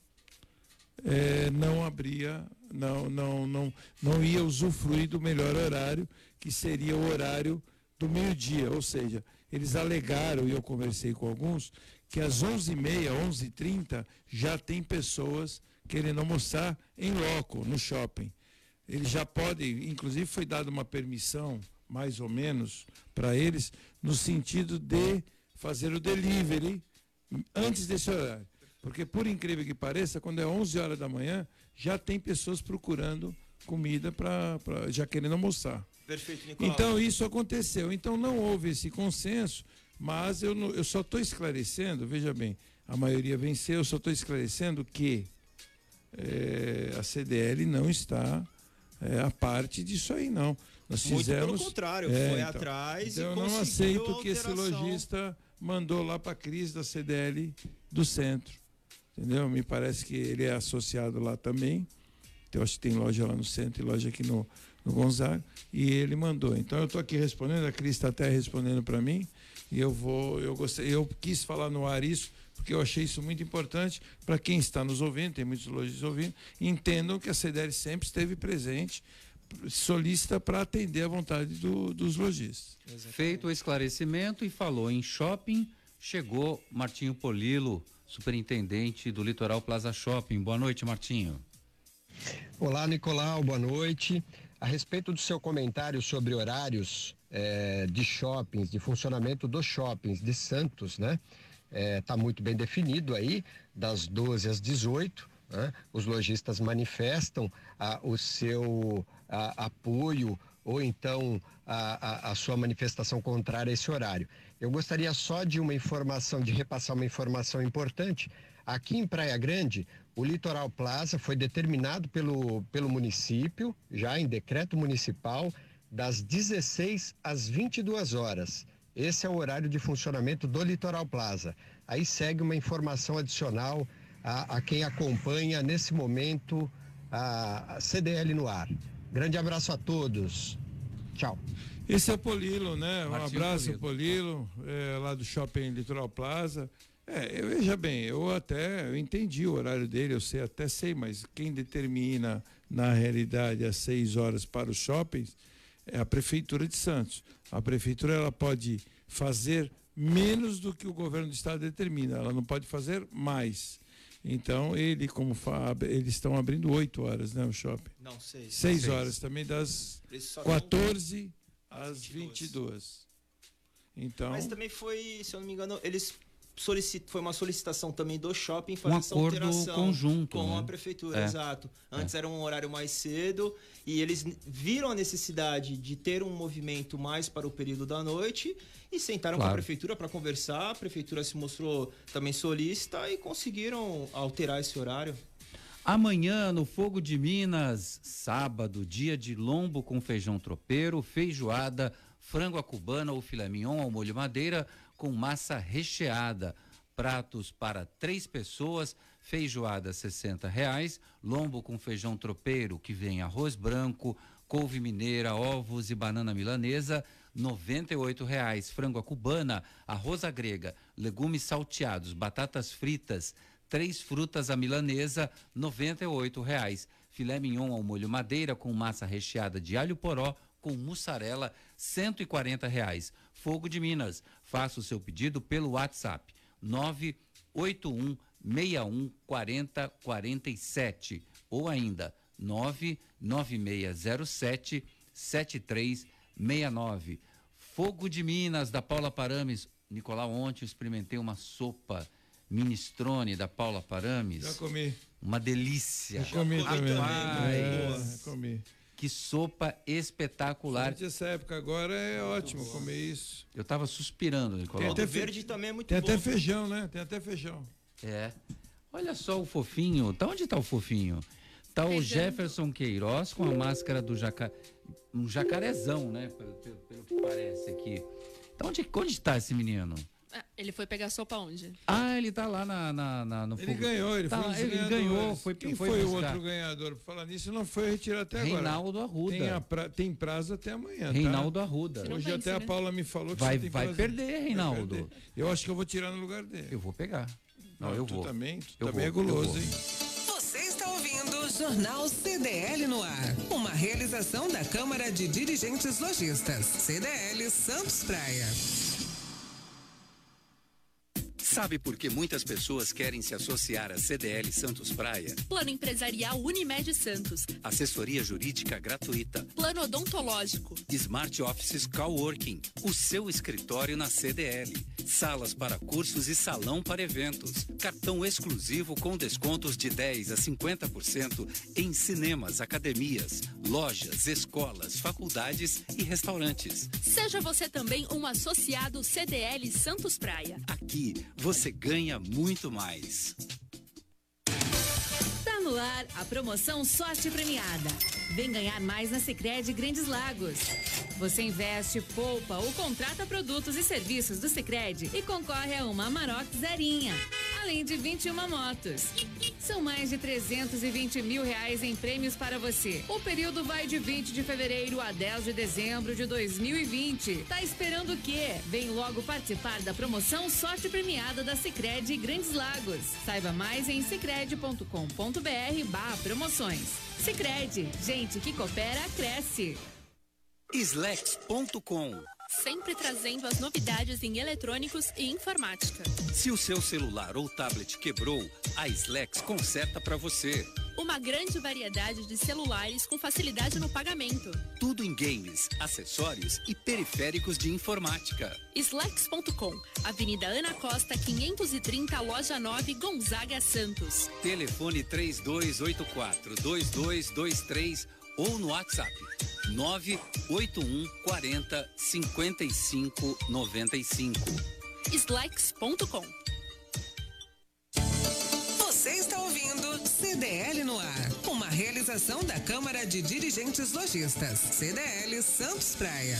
é, não abria, não, não, não, não ia usufruir do melhor horário, que seria o horário do meio-dia. Ou seja, eles alegaram, e eu conversei com alguns, que às onze e meia, onze e trinta, já tem pessoas querendo almoçar em loco, no shopping. Eles já podem, inclusive foi dada uma permissão, mais ou menos, para eles, no sentido de fazer o delivery antes desse horário. Porque, por incrível que pareça, quando é onze horas da manhã, já tem pessoas procurando comida, pra, pra, já querendo almoçar. Perfeito, Nicolau. Então, isso aconteceu. Então, não houve esse consenso, mas eu, eu só estou esclarecendo, veja bem, a maioria venceu, eu só estou esclarecendo que é, a C D L não está é, a parte disso aí, não. Nós Muito fizemos, pelo contrário, é, foi então, atrás então e eu conseguiu não aceito que esse alteração. lojista mandou lá para a crise da C D L do centro. entendeu? Me parece que ele é associado lá também. Então, acho que tem loja lá no centro e loja aqui no, no Gonzaga. E ele mandou. Então, eu estou aqui respondendo, a Cris está até respondendo para mim. E eu vou, eu gostei, eu quis falar no ar isso, porque eu achei isso muito importante para quem está nos ouvindo, tem muitos lojistas ouvindo, entendam que a C D L sempre esteve presente, solícita para atender a vontade do, dos lojistas. Exatamente. Feito o esclarecimento e falou em shopping, chegou Martinho Polilo, superintendente do Litoral Plaza Shopping. Boa noite, Martinho. Olá, Nicolau, boa noite. A respeito do seu comentário sobre horários é, de shoppings, de funcionamento dos shoppings de Santos, né? Está é, muito bem definido aí, das doze às dezoito, né? Os lojistas manifestam a, o seu a, apoio ou então a, a, a sua manifestação contrária a esse horário. Eu gostaria só de uma informação, de repassar uma informação importante. Aqui em Praia Grande, o Litoral Plaza foi determinado pelo, pelo município, já em decreto municipal, das dezesseis às vinte e duas horas. Esse é o horário de funcionamento do Litoral Plaza. Aí segue uma informação adicional a, a quem acompanha nesse momento a, a C D L no ar. Grande abraço a todos. Tchau. Esse é o Polilo, né? Um Martinho abraço, Polilo, é, lá do Shopping Litoral Plaza. É, eu, veja bem, eu até eu entendi o horário dele, eu sei, até sei, mas quem determina na realidade as seis horas para os shoppings é a Prefeitura de Santos. A Prefeitura ela pode fazer menos do que o governo do estado determina, ela não pode fazer mais. Então, ele, como fa... eles estão abrindo oito horas, né, o shopping? Não, seis. Seis horas também, das quatorze às vinte e duas. Então... Mas também foi, se eu não me engano, eles solicit... foi uma solicitação também do shopping fazer um essa acordo alteração conjunto, com né? a prefeitura, é. exato. Antes é. era um horário mais cedo e eles viram a necessidade de ter um movimento mais para o período da noite e sentaram claro. com a prefeitura para conversar. A prefeitura se mostrou também solícita e conseguiram alterar esse horário. Amanhã, no Fogo de Minas, sábado, dia de lombo com feijão tropeiro, feijoada, frango à cubana ou filé mignon ao molho madeira com massa recheada. Pratos para três pessoas, feijoada sessenta reais, lombo com feijão tropeiro que vem arroz branco, couve mineira, ovos e banana milanesa, noventa e oito reais. Frango à cubana, arroz à grega, legumes salteados, batatas fritas, três frutas à milanesa, noventa e oito reais. Filé mignon ao molho madeira com massa recheada de alho poró com mussarela, cento e quarenta reais. Fogo de Minas. Faça o seu pedido pelo WhatsApp nove oito um seis um quatro zero quatro sete ou ainda nove nove seis zero sete sete três seis nove. Fogo de Minas, da Paula Parames. Nicolau, ontem eu experimentei uma sopa minestrone da Paula Parames. Já comi. Uma delícia. Já comi também. Rapaz, é, comi. Que sopa espetacular. Essa época agora é ótimo comer isso. Eu tava suspirando, Nicolau. Tem até verde também é muito Tem bom. até feijão, né? Tem até feijão. É. Olha só o fofinho. Tá onde tá o fofinho? Tá o Jefferson Queiroz com a máscara do jacaré. Um jacarezão, né? Pelo, pelo, pelo que parece aqui. Tá onde, onde tá esse menino? Ah, ele foi pegar sopa onde? Ah, ele tá lá na, na, na no Ele fogo. ganhou, ele tá, foi um dos ele ganhou, foi Quem foi, foi, foi o outro ganhador? Por falar nisso, não foi retirado até Reinaldo agora. Arruda. Tem, a pra, tem prazo até amanhã. Reinaldo tá? Arruda. Hoje vence, até né? a Paula me falou que vai, você tem vai prazo. perder, Reinaldo. Vai perder. Eu acho que eu vou tirar no lugar dele. Eu vou pegar. Não, não eu tu vou. Também, tu eu também vou, é guloso, eu hein? Você está ouvindo o Jornal C D L no ar. Uma realização da Câmara de Dirigentes Lojistas. C D L Santos Praia. Sabe por que muitas pessoas querem se associar à C D L Santos Praia? Plano empresarial Unimed Santos. Assessoria jurídica gratuita. Plano odontológico. Smart Offices Coworking. O seu escritório na C D L. Salas para cursos e salão para eventos. Cartão exclusivo com descontos de dez a cinquenta por cento em cinemas, academias, lojas, escolas, faculdades e restaurantes. Seja você também um associado C D L Santos Praia. Aqui você ganha muito mais. Tá no ar a promoção Sorte Premiada. Vem ganhar mais na Sicredi Grandes Lagos. Você investe, poupa ou contrata produtos e serviços do Sicredi e concorre a uma Amarok zerinha. além de vinte e uma motos. São mais de trezentos e vinte mil reais em prêmios para você. O período vai de vinte de fevereiro a dez de dezembro de dois mil e vinte. Tá esperando o quê? Vem logo participar da promoção Sorte Premiada da Sicredi Grandes Lagos. Saiba mais em sicredi ponto com ponto br barra promoções. Sicredi, gente que coopera, cresce. Slex ponto com. Sempre trazendo as novidades em eletrônicos e informática. Se o seu celular ou tablet quebrou, a Slex conserta para você. Uma grande variedade de celulares com facilidade no pagamento. Tudo em games, acessórios e periféricos de informática. Slex ponto com, Avenida Ana Costa, quinhentos e trinta, Loja nove, Gonzaga, Santos. Telefone três dois oito quatro, dois dois dois três ou no WhatsApp nove oito um quarenta, cinquenta e cinco, noventa e cinco. Slex ponto com. Você está ouvindo C D L no ar, uma realização da Câmara de Dirigentes Lojistas, C D L Santos Praia.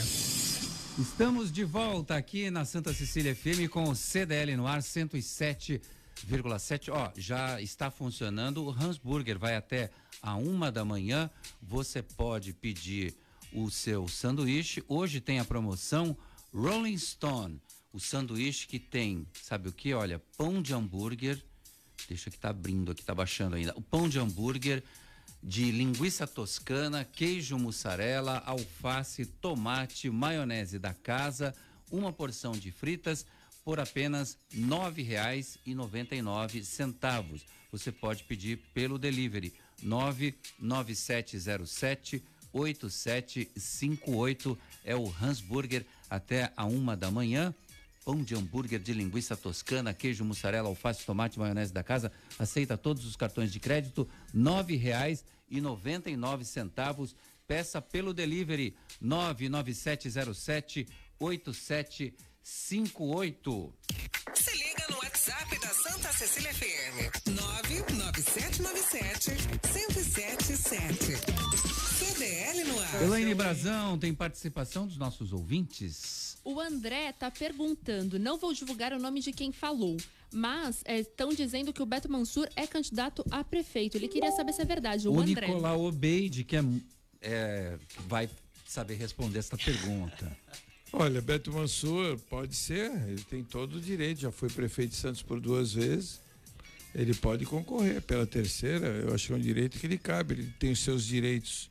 Estamos de volta aqui na Santa Cecília F M com o C D L no ar cento e sete vírgula sete. Ó, já está funcionando o Hans Burger, vai até a uma da manhã. Você pode pedir o seu sanduíche. Hoje tem a promoção Rolling Stone, o sanduíche que tem, sabe o que? Olha, pão de hambúrguer, deixa que tá abrindo aqui, tá baixando ainda. O pão de hambúrguer de linguiça toscana, queijo mussarela, alface, tomate, maionese da casa, uma porção de fritas por apenas nove reais e noventa e nove centavos. Você pode pedir pelo delivery nove nove sete zero sete oito sete cinco oito, é o Hans Burger até a uma da manhã. Pão de hambúrguer de linguiça toscana, queijo mussarela, alface, tomate, maionese da casa, aceita todos os cartões de crédito, nove reais e noventa e nove centavos. Peça pelo delivery nove nove sete zero sete oito sete cinco oito. Se liga no WhatsApp da Santa Cecília F M nove nove sete nove sete zero zero sete sete. C D L no ar. Elaine Brazão, tem participação dos nossos ouvintes? O André tá perguntando, não vou divulgar o nome de quem falou, mas estão é, dizendo que o Beto Mansur é candidato a prefeito. Ele queria saber se é verdade. O, o André. Nicolau Obeide, que é, é, vai saber responder essa pergunta. Olha, Beto Mansur pode ser, ele tem todo o direito, já foi prefeito de Santos por duas vezes, ele pode concorrer pela terceira, eu acho que é um direito que ele cabe, ele tem os seus direitos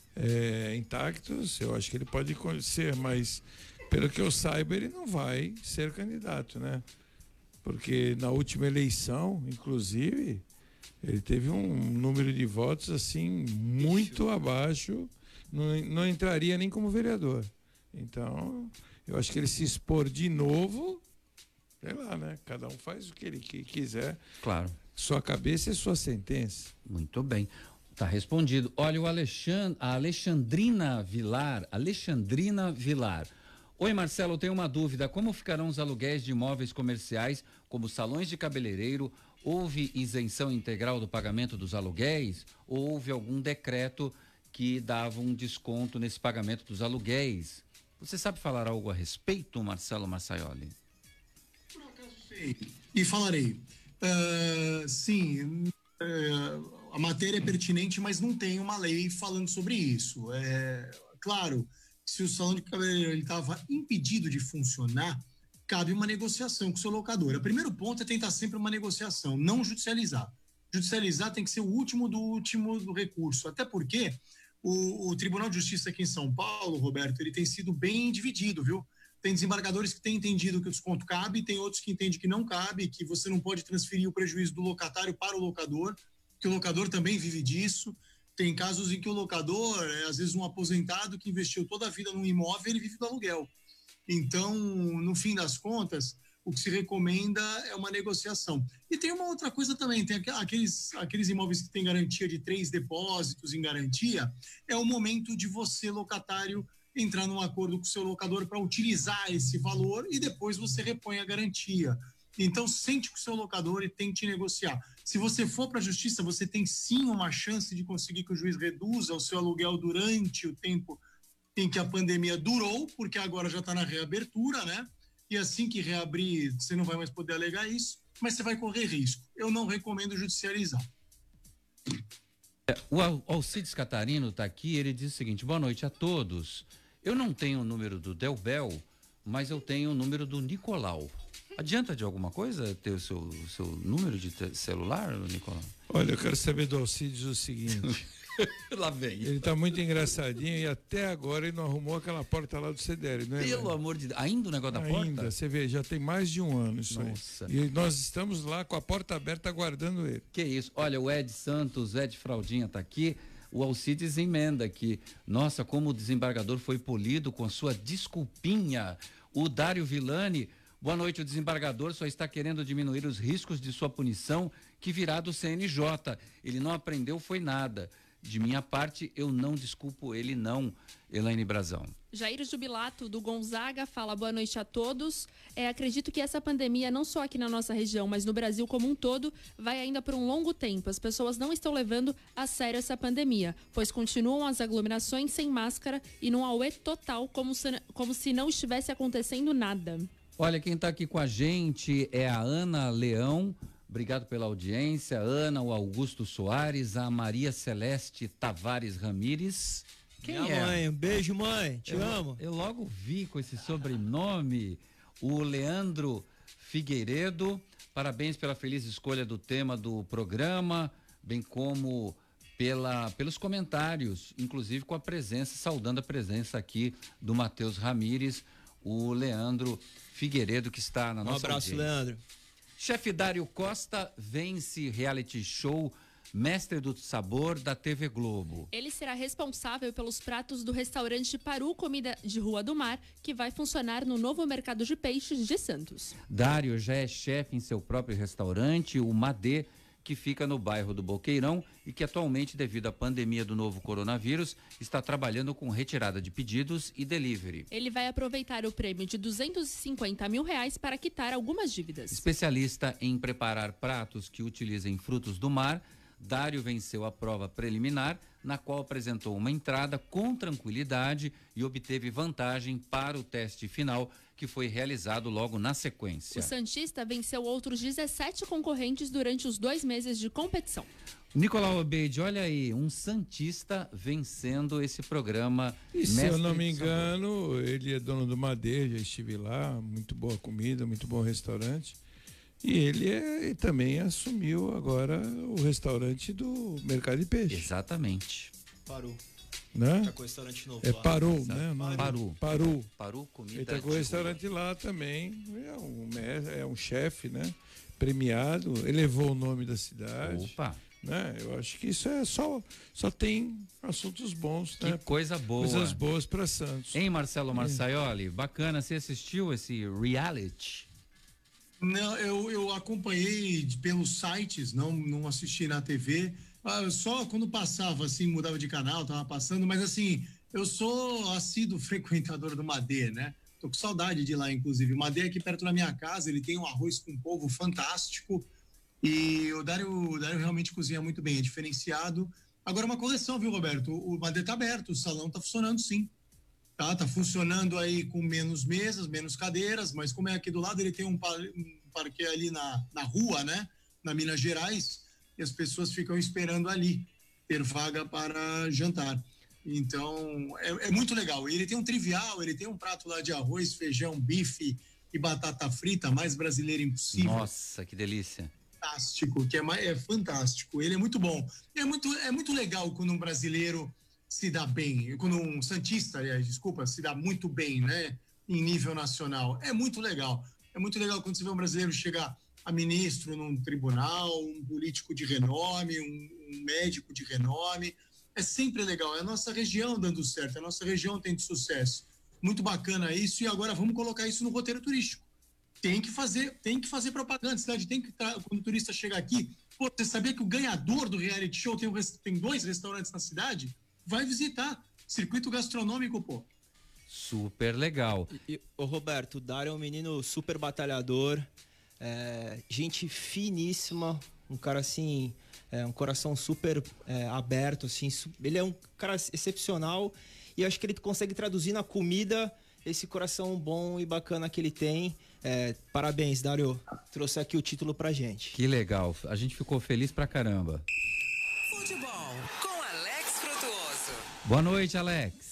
é, intactos, eu acho que ele pode ser, mas pelo que eu saiba ele não vai ser candidato, né? Porque na última eleição, inclusive, ele teve um número de votos assim, muito abaixo, não, não entraria nem como vereador. Então, eu acho que ele se expor de novo, sei lá, né? Cada um faz o que ele que quiser. Claro. Sua cabeça é sua sentença. Muito bem. Tá respondido. Olha, o Alexandre, a Alexandrina Vilar, Alexandrina Vilar. Oi, Marcelo, eu tenho uma dúvida. Como ficarão os aluguéis de imóveis comerciais, como salões de cabeleireiro? Houve isenção integral do pagamento dos aluguéis? Ou houve algum decreto que dava um desconto nesse pagamento dos aluguéis? Você sabe falar algo a respeito, Marcelo Massaioli? Por acaso sei. E falarei. Uh, sim, uh, a matéria é pertinente, mas não tem uma lei falando sobre isso. É, claro, se o salão de cabeleireiro estava impedido de funcionar, cabe uma negociação com o seu locador. O primeiro ponto é tentar sempre uma negociação, não judicializar. Judicializar tem que ser o último do último do recurso, até porque O, o Tribunal de Justiça aqui em São Paulo, Roberto, ele tem sido bem dividido, viu? Tem desembargadores que têm entendido que o desconto cabe, tem outros que entendem que não cabe, que você não pode transferir o prejuízo do locatário para o locador, que o locador também vive disso. Tem casos em que o locador é, às vezes, um aposentado que investiu toda a vida num imóvel, ele vive do aluguel. Então, no fim das contas, o que se recomenda é uma negociação. E tem uma outra coisa também, tem aqueles, aqueles imóveis que têm garantia de três depósitos em garantia, é o momento de você, locatário, entrar num acordo com o seu locador para utilizar esse valor e depois você repõe a garantia. Então, sente com o seu locador e tente negociar. Se você for para a justiça, você tem sim uma chance de conseguir que o juiz reduza o seu aluguel durante o tempo em que a pandemia durou, porque agora já está na reabertura, né? E assim que reabrir, você não vai mais poder alegar isso. mas você vai correr risco. Eu não recomendo judicializar. O Al- Alcides Catarino está aqui, ele diz o seguinte: boa noite a todos. Eu não tenho o número do Delbel, mas eu tenho o número do Nicolau. Adianta de alguma coisa ter o seu, o seu número de te- celular, Nicolau? Olha, eu quero saber do Alcides o seguinte. Lá vem. Ele está muito engraçadinho e até agora ele não arrumou aquela porta lá do C D L, não é? Pelo Léo? amor de Deus. Ainda o negócio da Ainda, porta? você vê, já tem mais de um ano isso Nossa. aí. E nós estamos lá com a porta aberta aguardando ele. Que isso. Olha, o Ed Santos, Ed Fraldinha tá aqui. O Alcides emenda aqui. Nossa, como o desembargador foi polido com a sua desculpinha. O Dário Villani, boa noite, o desembargador só está querendo diminuir os riscos de sua punição que virá do C N J. Ele não aprendeu, foi nada. De minha parte, eu não desculpo ele não, Elaine Brazão. Jair Jubilato, do Gonzaga, fala boa noite a todos. É, acredito que essa pandemia, não só aqui na nossa região, mas no Brasil como um todo, vai ainda por um longo tempo. As pessoas não estão levando a sério essa pandemia, pois continuam as aglomerações sem máscara e num auê total, como se, como se não estivesse acontecendo nada. Olha, quem está aqui com a gente é a Ana Leão. Obrigado pela audiência. Ana, o Augusto Soares, a Maria Celeste Tavares Ramires. Quem Minha é? mãe, um beijo, mãe. Te eu, amo. Eu logo vi com esse sobrenome o Leandro Figueiredo. Parabéns pela feliz escolha do tema do programa, bem como pela, pelos comentários, inclusive com a presença, saudando a presença aqui do Matheus Ramires, o Leandro Figueiredo, que está na Um nossa abraço, audiência. Leandro. Chefe Dário Costa vence reality show Mestre do Sabor da T V Globo. Ele será responsável pelos pratos do restaurante Paru Comida de Rua do Mar, que vai funcionar no novo mercado de peixes de Santos. Dário já é chefe em seu próprio restaurante, o Madê, que fica no bairro do Boqueirão e que atualmente, devido à pandemia do novo coronavírus, está trabalhando com retirada de pedidos e delivery. Ele vai aproveitar o prêmio de duzentos e cinquenta mil reais para quitar algumas dívidas. Especialista em preparar pratos que utilizem frutos do mar, Dário venceu a prova preliminar, na qual apresentou uma entrada com tranquilidade e obteve vantagem para o teste final, que foi realizado logo na sequência. O santista venceu outros dezessete concorrentes durante os dois meses de competição. Nicolau Obeide, olha aí, um santista vencendo esse programa. E se eu Mestre não me do Sabor. engano, ele é dono do Madeira, já estive lá, muito boa comida, muito bom restaurante. E ele é, também assumiu agora o restaurante do Mercado de Peixe. Exatamente. Parou. Né? Tá com o restaurante novo É lá. Parou, né? Não, Parou. Parou. Parou comida. Ele tá com o de restaurante lá também. É um, mes- é um chefe, né? Premiado, elevou o nome da cidade. Opa. Né? Eu acho que isso é só, só tem assuntos bons, Que né? coisa boa. Coisas boas para Santos. Hein, Marcelo Marçaioli? Bacana, você assistiu esse reality? Não, eu, eu acompanhei de- pelos sites, não, não assisti na T V. Ah, só quando passava, assim, mudava de canal, tava passando, mas assim, eu sou assíduo frequentador do Madê, né? Tô com saudade de ir lá, inclusive. O Madê é aqui perto da minha casa, ele tem um arroz com polvo fantástico. E o Dário, o Dário realmente cozinha muito bem, é diferenciado. Agora, uma coleção, viu, Roberto? O Madê tá aberto, o salão tá funcionando sim. Tá, tá funcionando aí com menos mesas, menos cadeiras, mas como é aqui do lado, ele tem um, par, um parquê ali na, na rua, né? Na Minas Gerais, e as pessoas ficam esperando ali ter vaga para jantar. Então, é, é muito legal. Ele tem um trivial, ele tem um prato lá de arroz, feijão, bife e batata frita, mais brasileiro impossível. Nossa, que delícia. Fantástico, que é, mais, é fantástico. Ele é muito bom. É muito, é muito legal quando um brasileiro se dá bem, quando um santista, aliás, desculpa, se dá muito bem, né, em nível nacional. É muito legal. É muito legal quando você vê um brasileiro chegar a ministro num tribunal, um político de renome, um, um médico de renome. É sempre legal. É a nossa região dando certo, a nossa região tendo sucesso. Muito bacana isso. E agora vamos colocar isso no roteiro turístico. Tem que fazer, tem que fazer propaganda. A cidade tem que, quando o turista chegar aqui, pô, você sabia que o ganhador do reality show tem, um, tem dois restaurantes na cidade? Vai visitar. Circuito gastronômico, pô. Super legal. E, e, ô Roberto, o Dário é um menino super batalhador, é, gente finíssima, um cara assim, é, um coração super é, aberto, assim, su- ele é um cara excepcional e eu acho que ele consegue traduzir na comida esse coração bom e bacana que ele tem. É, parabéns, Dário. Trouxe aqui o título pra gente. Que legal. A gente ficou feliz pra caramba. Futebol com Alex Frutuoso. Boa noite, Alex.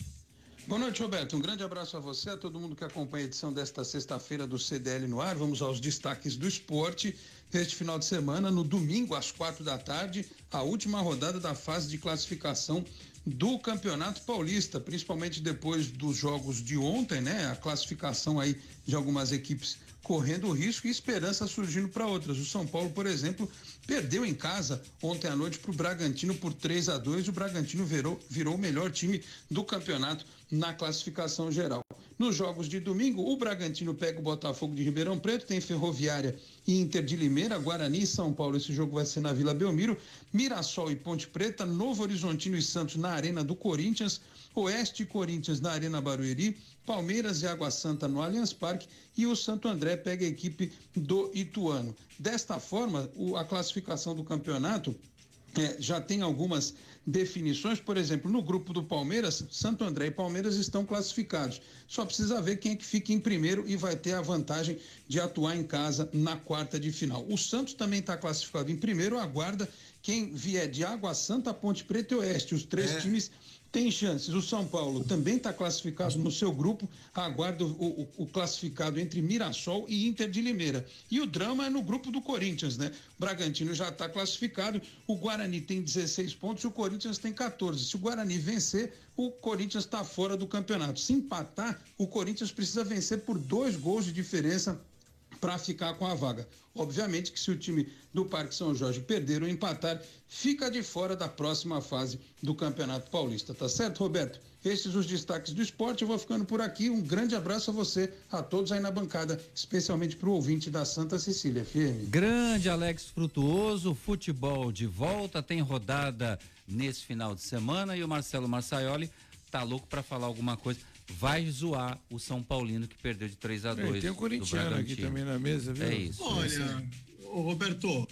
Boa noite, Roberto. Um grande abraço a você, a todo mundo que acompanha a edição desta sexta-feira do C D L no ar. Vamos aos destaques do esporte. Este final de semana, no domingo, às quatro da tarde, a última rodada da fase de classificação do Campeonato Paulista, principalmente depois dos jogos de ontem, né? A classificação aí de algumas equipes correndo risco e esperança surgindo para outras. O São Paulo, por exemplo, perdeu em casa ontem à noite para o Bragantino por três a dois. O Bragantino virou, virou o melhor time do campeonato na classificação geral. Nos jogos de domingo, o Bragantino pega o Botafogo de Ribeirão Preto, tem Ferroviária e Inter de Limeira, Guarani e São Paulo. Esse jogo vai ser na Vila Belmiro, Mirassol e Ponte Preta, Novo Horizontino e Santos na Arena do Corinthians, Oeste e Corinthians na Arena Barueri, Palmeiras e Água Santa no Allianz Parque e o Santo André pega a equipe do Ituano. Desta forma, o, a classificação do campeonato é, já tem algumas definições. Por exemplo, no grupo do Palmeiras, Santo André e Palmeiras estão classificados. Só precisa ver quem é que fica em primeiro e vai ter a vantagem de atuar em casa na quarta de final. O Santos também está classificado em primeiro, aguarda quem vier de Água Santa, Ponte Preta e Oeste. Os três é. times tem chances. O São Paulo também está classificado no seu grupo, aguarda o, o, o classificado entre Mirassol e Inter de Limeira. E o drama é no grupo do Corinthians, né? O Bragantino já está classificado, o Guarani tem dezesseis pontos e o Corinthians tem catorze. Se o Guarani vencer, o Corinthians está fora do campeonato. Se empatar, o Corinthians precisa vencer por dois gols de diferença para ficar com a vaga. Obviamente que se o time do Parque São Jorge perder ou empatar, fica de fora da próxima fase do Campeonato Paulista. Tá certo, Roberto? Esses os destaques do esporte. Eu vou ficando por aqui. Um grande abraço a você, a todos aí na bancada, especialmente para o ouvinte da Santa Cecília F M. Grande Alex Frutuoso, futebol de volta, tem rodada nesse final de semana e o Marcelo Marçaioli tá louco para falar alguma coisa. Vai zoar o São Paulino que perdeu de três a dois. É, tem um corintiano aqui também na mesa, viu? É isso. Olha, ô Roberto,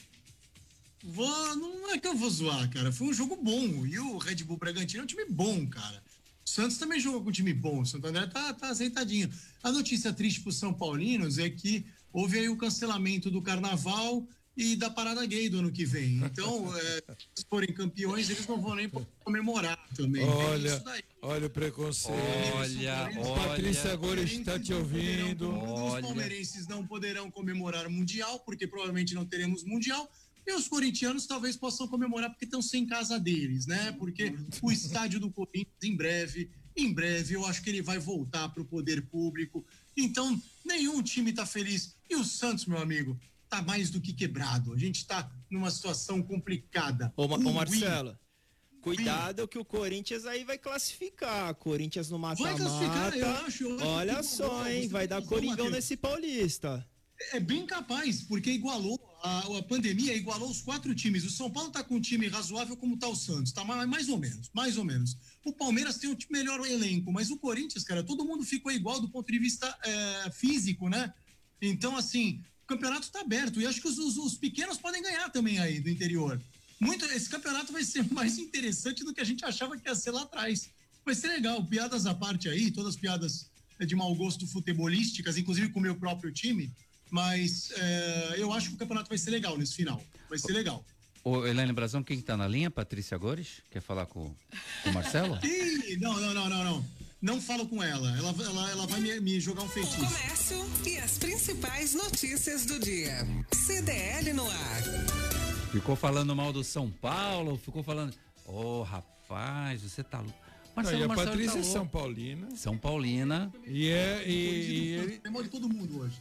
vou, não é que eu vou zoar, cara. Foi um jogo bom. E o Red Bull Bragantino é um time bom, cara. O Santos também jogou com um time bom. O Santo André tá, tá azeitadinho. A notícia triste para os São Paulinos é que houve aí o cancelamento do Carnaval e da parada gay do ano que vem. Então, é, se forem campeões, eles não vão nem comemorar também. Olha, olha o preconceito. Olha, olha. Patrícia agora está te ouvindo. Os palmeirenses não poderão comemorar o Mundial, porque provavelmente não teremos Mundial. E os corintianos talvez possam comemorar porque estão sem casa deles, né? Porque o estádio do Corinthians, em breve, em breve, eu acho que ele vai voltar para o poder público. Então, nenhum time está feliz. E o Santos, meu amigo, tá mais do que quebrado. A gente tá numa situação complicada. Ô, ô Marcelo, cuidado que o Corinthians aí vai classificar. Corinthians no mata-mata. Eu acho, eu acho Olha que, só, hein? Vai dar Coringão nesse Paulista. É bem capaz, porque igualou, a, a pandemia igualou os quatro times. O São Paulo tá com um time razoável como tá o Santos, tá mais, mais ou menos, mais ou menos. O Palmeiras tem um melhor elenco, mas o Corinthians, cara, todo mundo ficou igual do ponto de vista é, físico, né? Então, assim, o campeonato está aberto e acho que os, os, os pequenos podem ganhar também aí do interior. Muito, esse campeonato vai ser mais interessante do que a gente achava que ia ser lá atrás. Vai ser legal, piadas à parte aí, todas piadas de mau gosto futebolísticas, inclusive com o meu próprio time, mas é, eu acho que o campeonato vai ser legal nesse final. Vai ser legal. Ô, Elaine Brazão, quem está na linha? Patrícia Gores? Quer falar com, com o Marcelo? Ih, não, não, não, não, não. Não falo com ela. Ela, ela, ela vai me, me jogar um feitiço. O comércio e as principais notícias do dia. C D L no ar. Ficou falando mal do São Paulo, ficou falando... Ô, oh, rapaz, você tá louco. Marcelo, não, e a Marcelo Patrícia tá é São Paulina. São Paulina. E é... E, e ele... Tem mal de todo mundo hoje.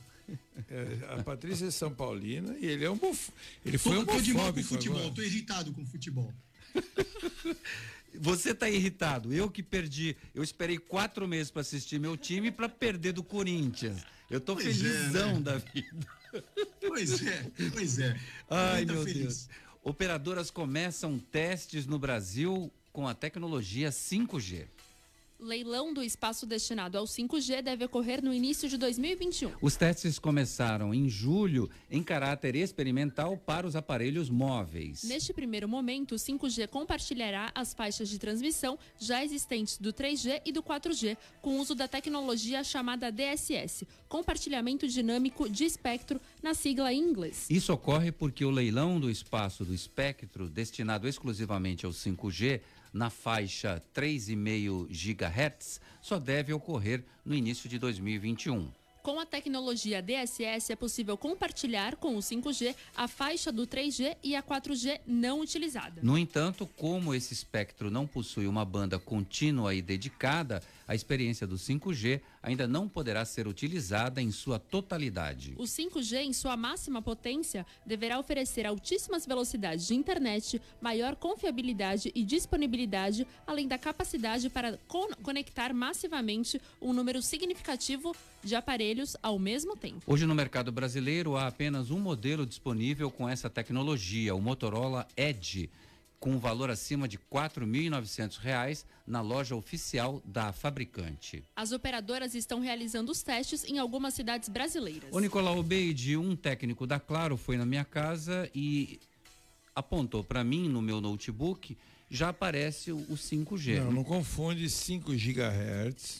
É, a Patrícia é São Paulina e ele é um bof... Ele foi tô, um tô de mal com bofóbico futebol, agora. tô irritado com futebol. Você tá irritado. Eu que perdi, eu esperei quatro meses para assistir meu time para perder do Corinthians. Eu tô pois felizão é, né? da vida. Pois é, pois é. Ai, meu feliz. Deus. Operadoras começam testes no Brasil com a tecnologia cinco G. Leilão do espaço destinado ao cinco G deve ocorrer no início de dois mil e vinte e um. Os testes começaram em julho em caráter experimental para os aparelhos móveis. Neste primeiro momento, o cinco G compartilhará as faixas de transmissão já existentes do três G e do quatro G, com uso da tecnologia chamada D S S, compartilhamento dinâmico de espectro, na sigla em inglês. Isso ocorre porque o leilão do espaço do espectro, destinado exclusivamente ao cinco G, na faixa três vírgula cinco gigahertz, só deve ocorrer no início de dois mil e vinte e um. Com a tecnologia D S S é possível compartilhar com o cinco G a faixa do três G e a quatro G não utilizada. No entanto, como esse espectro não possui uma banda contínua e dedicada, a experiência do cinco G ainda não poderá ser utilizada em sua totalidade. O cinco G, em sua máxima potência, deverá oferecer altíssimas velocidades de internet, maior confiabilidade e disponibilidade, além da capacidade para con- conectar massivamente um número significativo de aparelhos ao mesmo tempo. Hoje no mercado brasileiro há apenas um modelo disponível com essa tecnologia, o Motorola Edge, com um valor acima de quatro mil e novecentos reais na loja oficial da fabricante. As operadoras estão realizando os testes em algumas cidades brasileiras. O Nicolau Obeide, um técnico da Claro, foi na minha casa e apontou para mim no meu notebook, já aparece o, o cinco G. Não, não confunde cinco gigahertz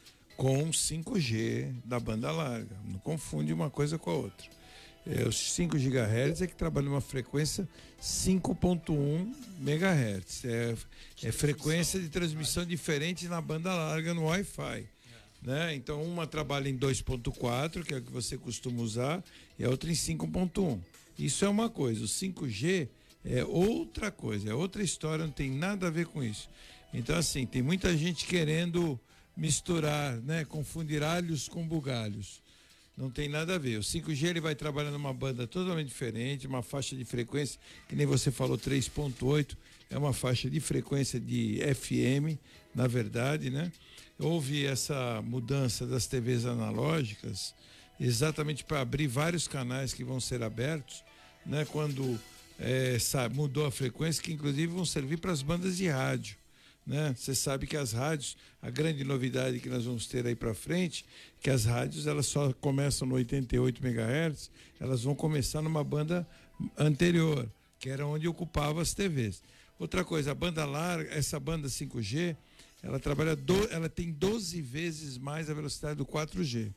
com cinco G da banda larga. Não confunde uma coisa com a outra. É, os cinco gigahertz é que trabalha numa frequência cinco ponto um megahertz. É, é frequência de transmissão diferente na banda larga no Wi-Fi. Né? Então, uma trabalha em dois ponto quatro, que é o que você costuma usar, e a outra em cinco ponto um. Isso é uma coisa. O cinco G é outra coisa, é outra história, não tem nada a ver com isso. Então, assim, tem muita gente querendo misturar, né? Confundir alhos com bugalhos. Não tem nada a ver. O cinco G ele vai trabalhar numa banda totalmente diferente, uma faixa de frequência, que nem você falou, três ponto oito, é uma faixa de frequência de F M, na verdade, né? Houve essa mudança das T Vs analógicas exatamente para abrir vários canais que vão ser abertos, né? Quando é, sabe, mudou a frequência, que inclusive vão servir para as bandas de rádio. Né? Você sabe que as rádios, a grande novidade que nós vamos ter aí para frente, que as rádios elas só começam no oitenta e oito megahertz, elas vão começar numa banda anterior, que era onde ocupava as T Vs. Outra coisa, a banda larga, essa banda cinco G, ela trabalha, do, ela tem doze vezes mais a velocidade do quatro G.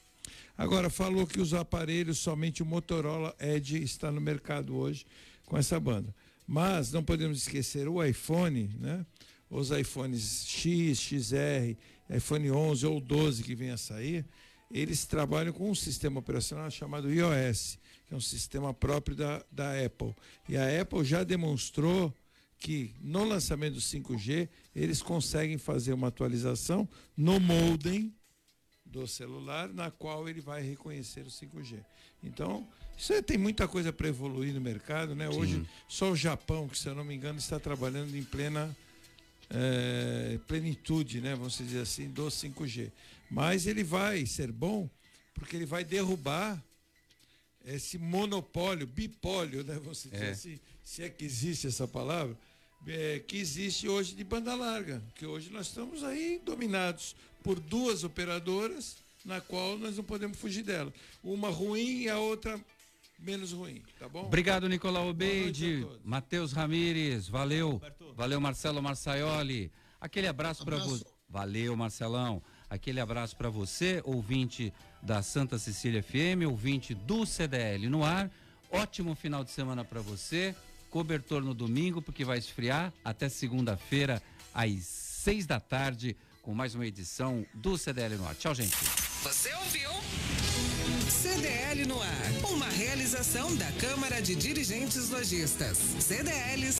Agora, falou que os aparelhos, somente o Motorola Edge está no mercado hoje com essa banda. Mas não podemos esquecer o iPhone, né? Os iPhones X, X R, iPhone onze ou doze que vem a sair, eles trabalham com um sistema operacional chamado iOS, que é um sistema próprio da, da Apple. E a Apple já demonstrou que no lançamento do cinco G, eles conseguem fazer uma atualização no modem do celular, na qual ele vai reconhecer o cinco G. Então, isso aí tem muita coisa para evoluir no mercado, né? Hoje, sim, só o Japão, que se eu não me engano, está trabalhando em plena É, plenitude, né, vamos dizer assim, do cinco G. Mas ele vai ser bom porque ele vai derrubar esse monopólio, bipólio, né, vamos dizer é. assim, se é que existe essa palavra, é, que existe hoje de banda larga, que hoje nós estamos aí dominados por duas operadoras, na qual nós não podemos fugir dela. Uma ruim e a outra menos ruim, tá bom? Obrigado, Nicolau Obeide, Matheus Ramires, valeu, valeu, Marcelo Marçaioli, aquele abraço para você, valeu, Marcelão, aquele abraço para você, ouvinte da Santa Cecília F M, ouvinte do C D L no ar, ótimo final de semana para você, cobertor no domingo, porque vai esfriar, até segunda-feira, às seis da tarde, com mais uma edição do C D L no ar. Tchau, gente. Você ouviu? C D L no ar, uma realização da Câmara de Dirigentes Lojistas. C D L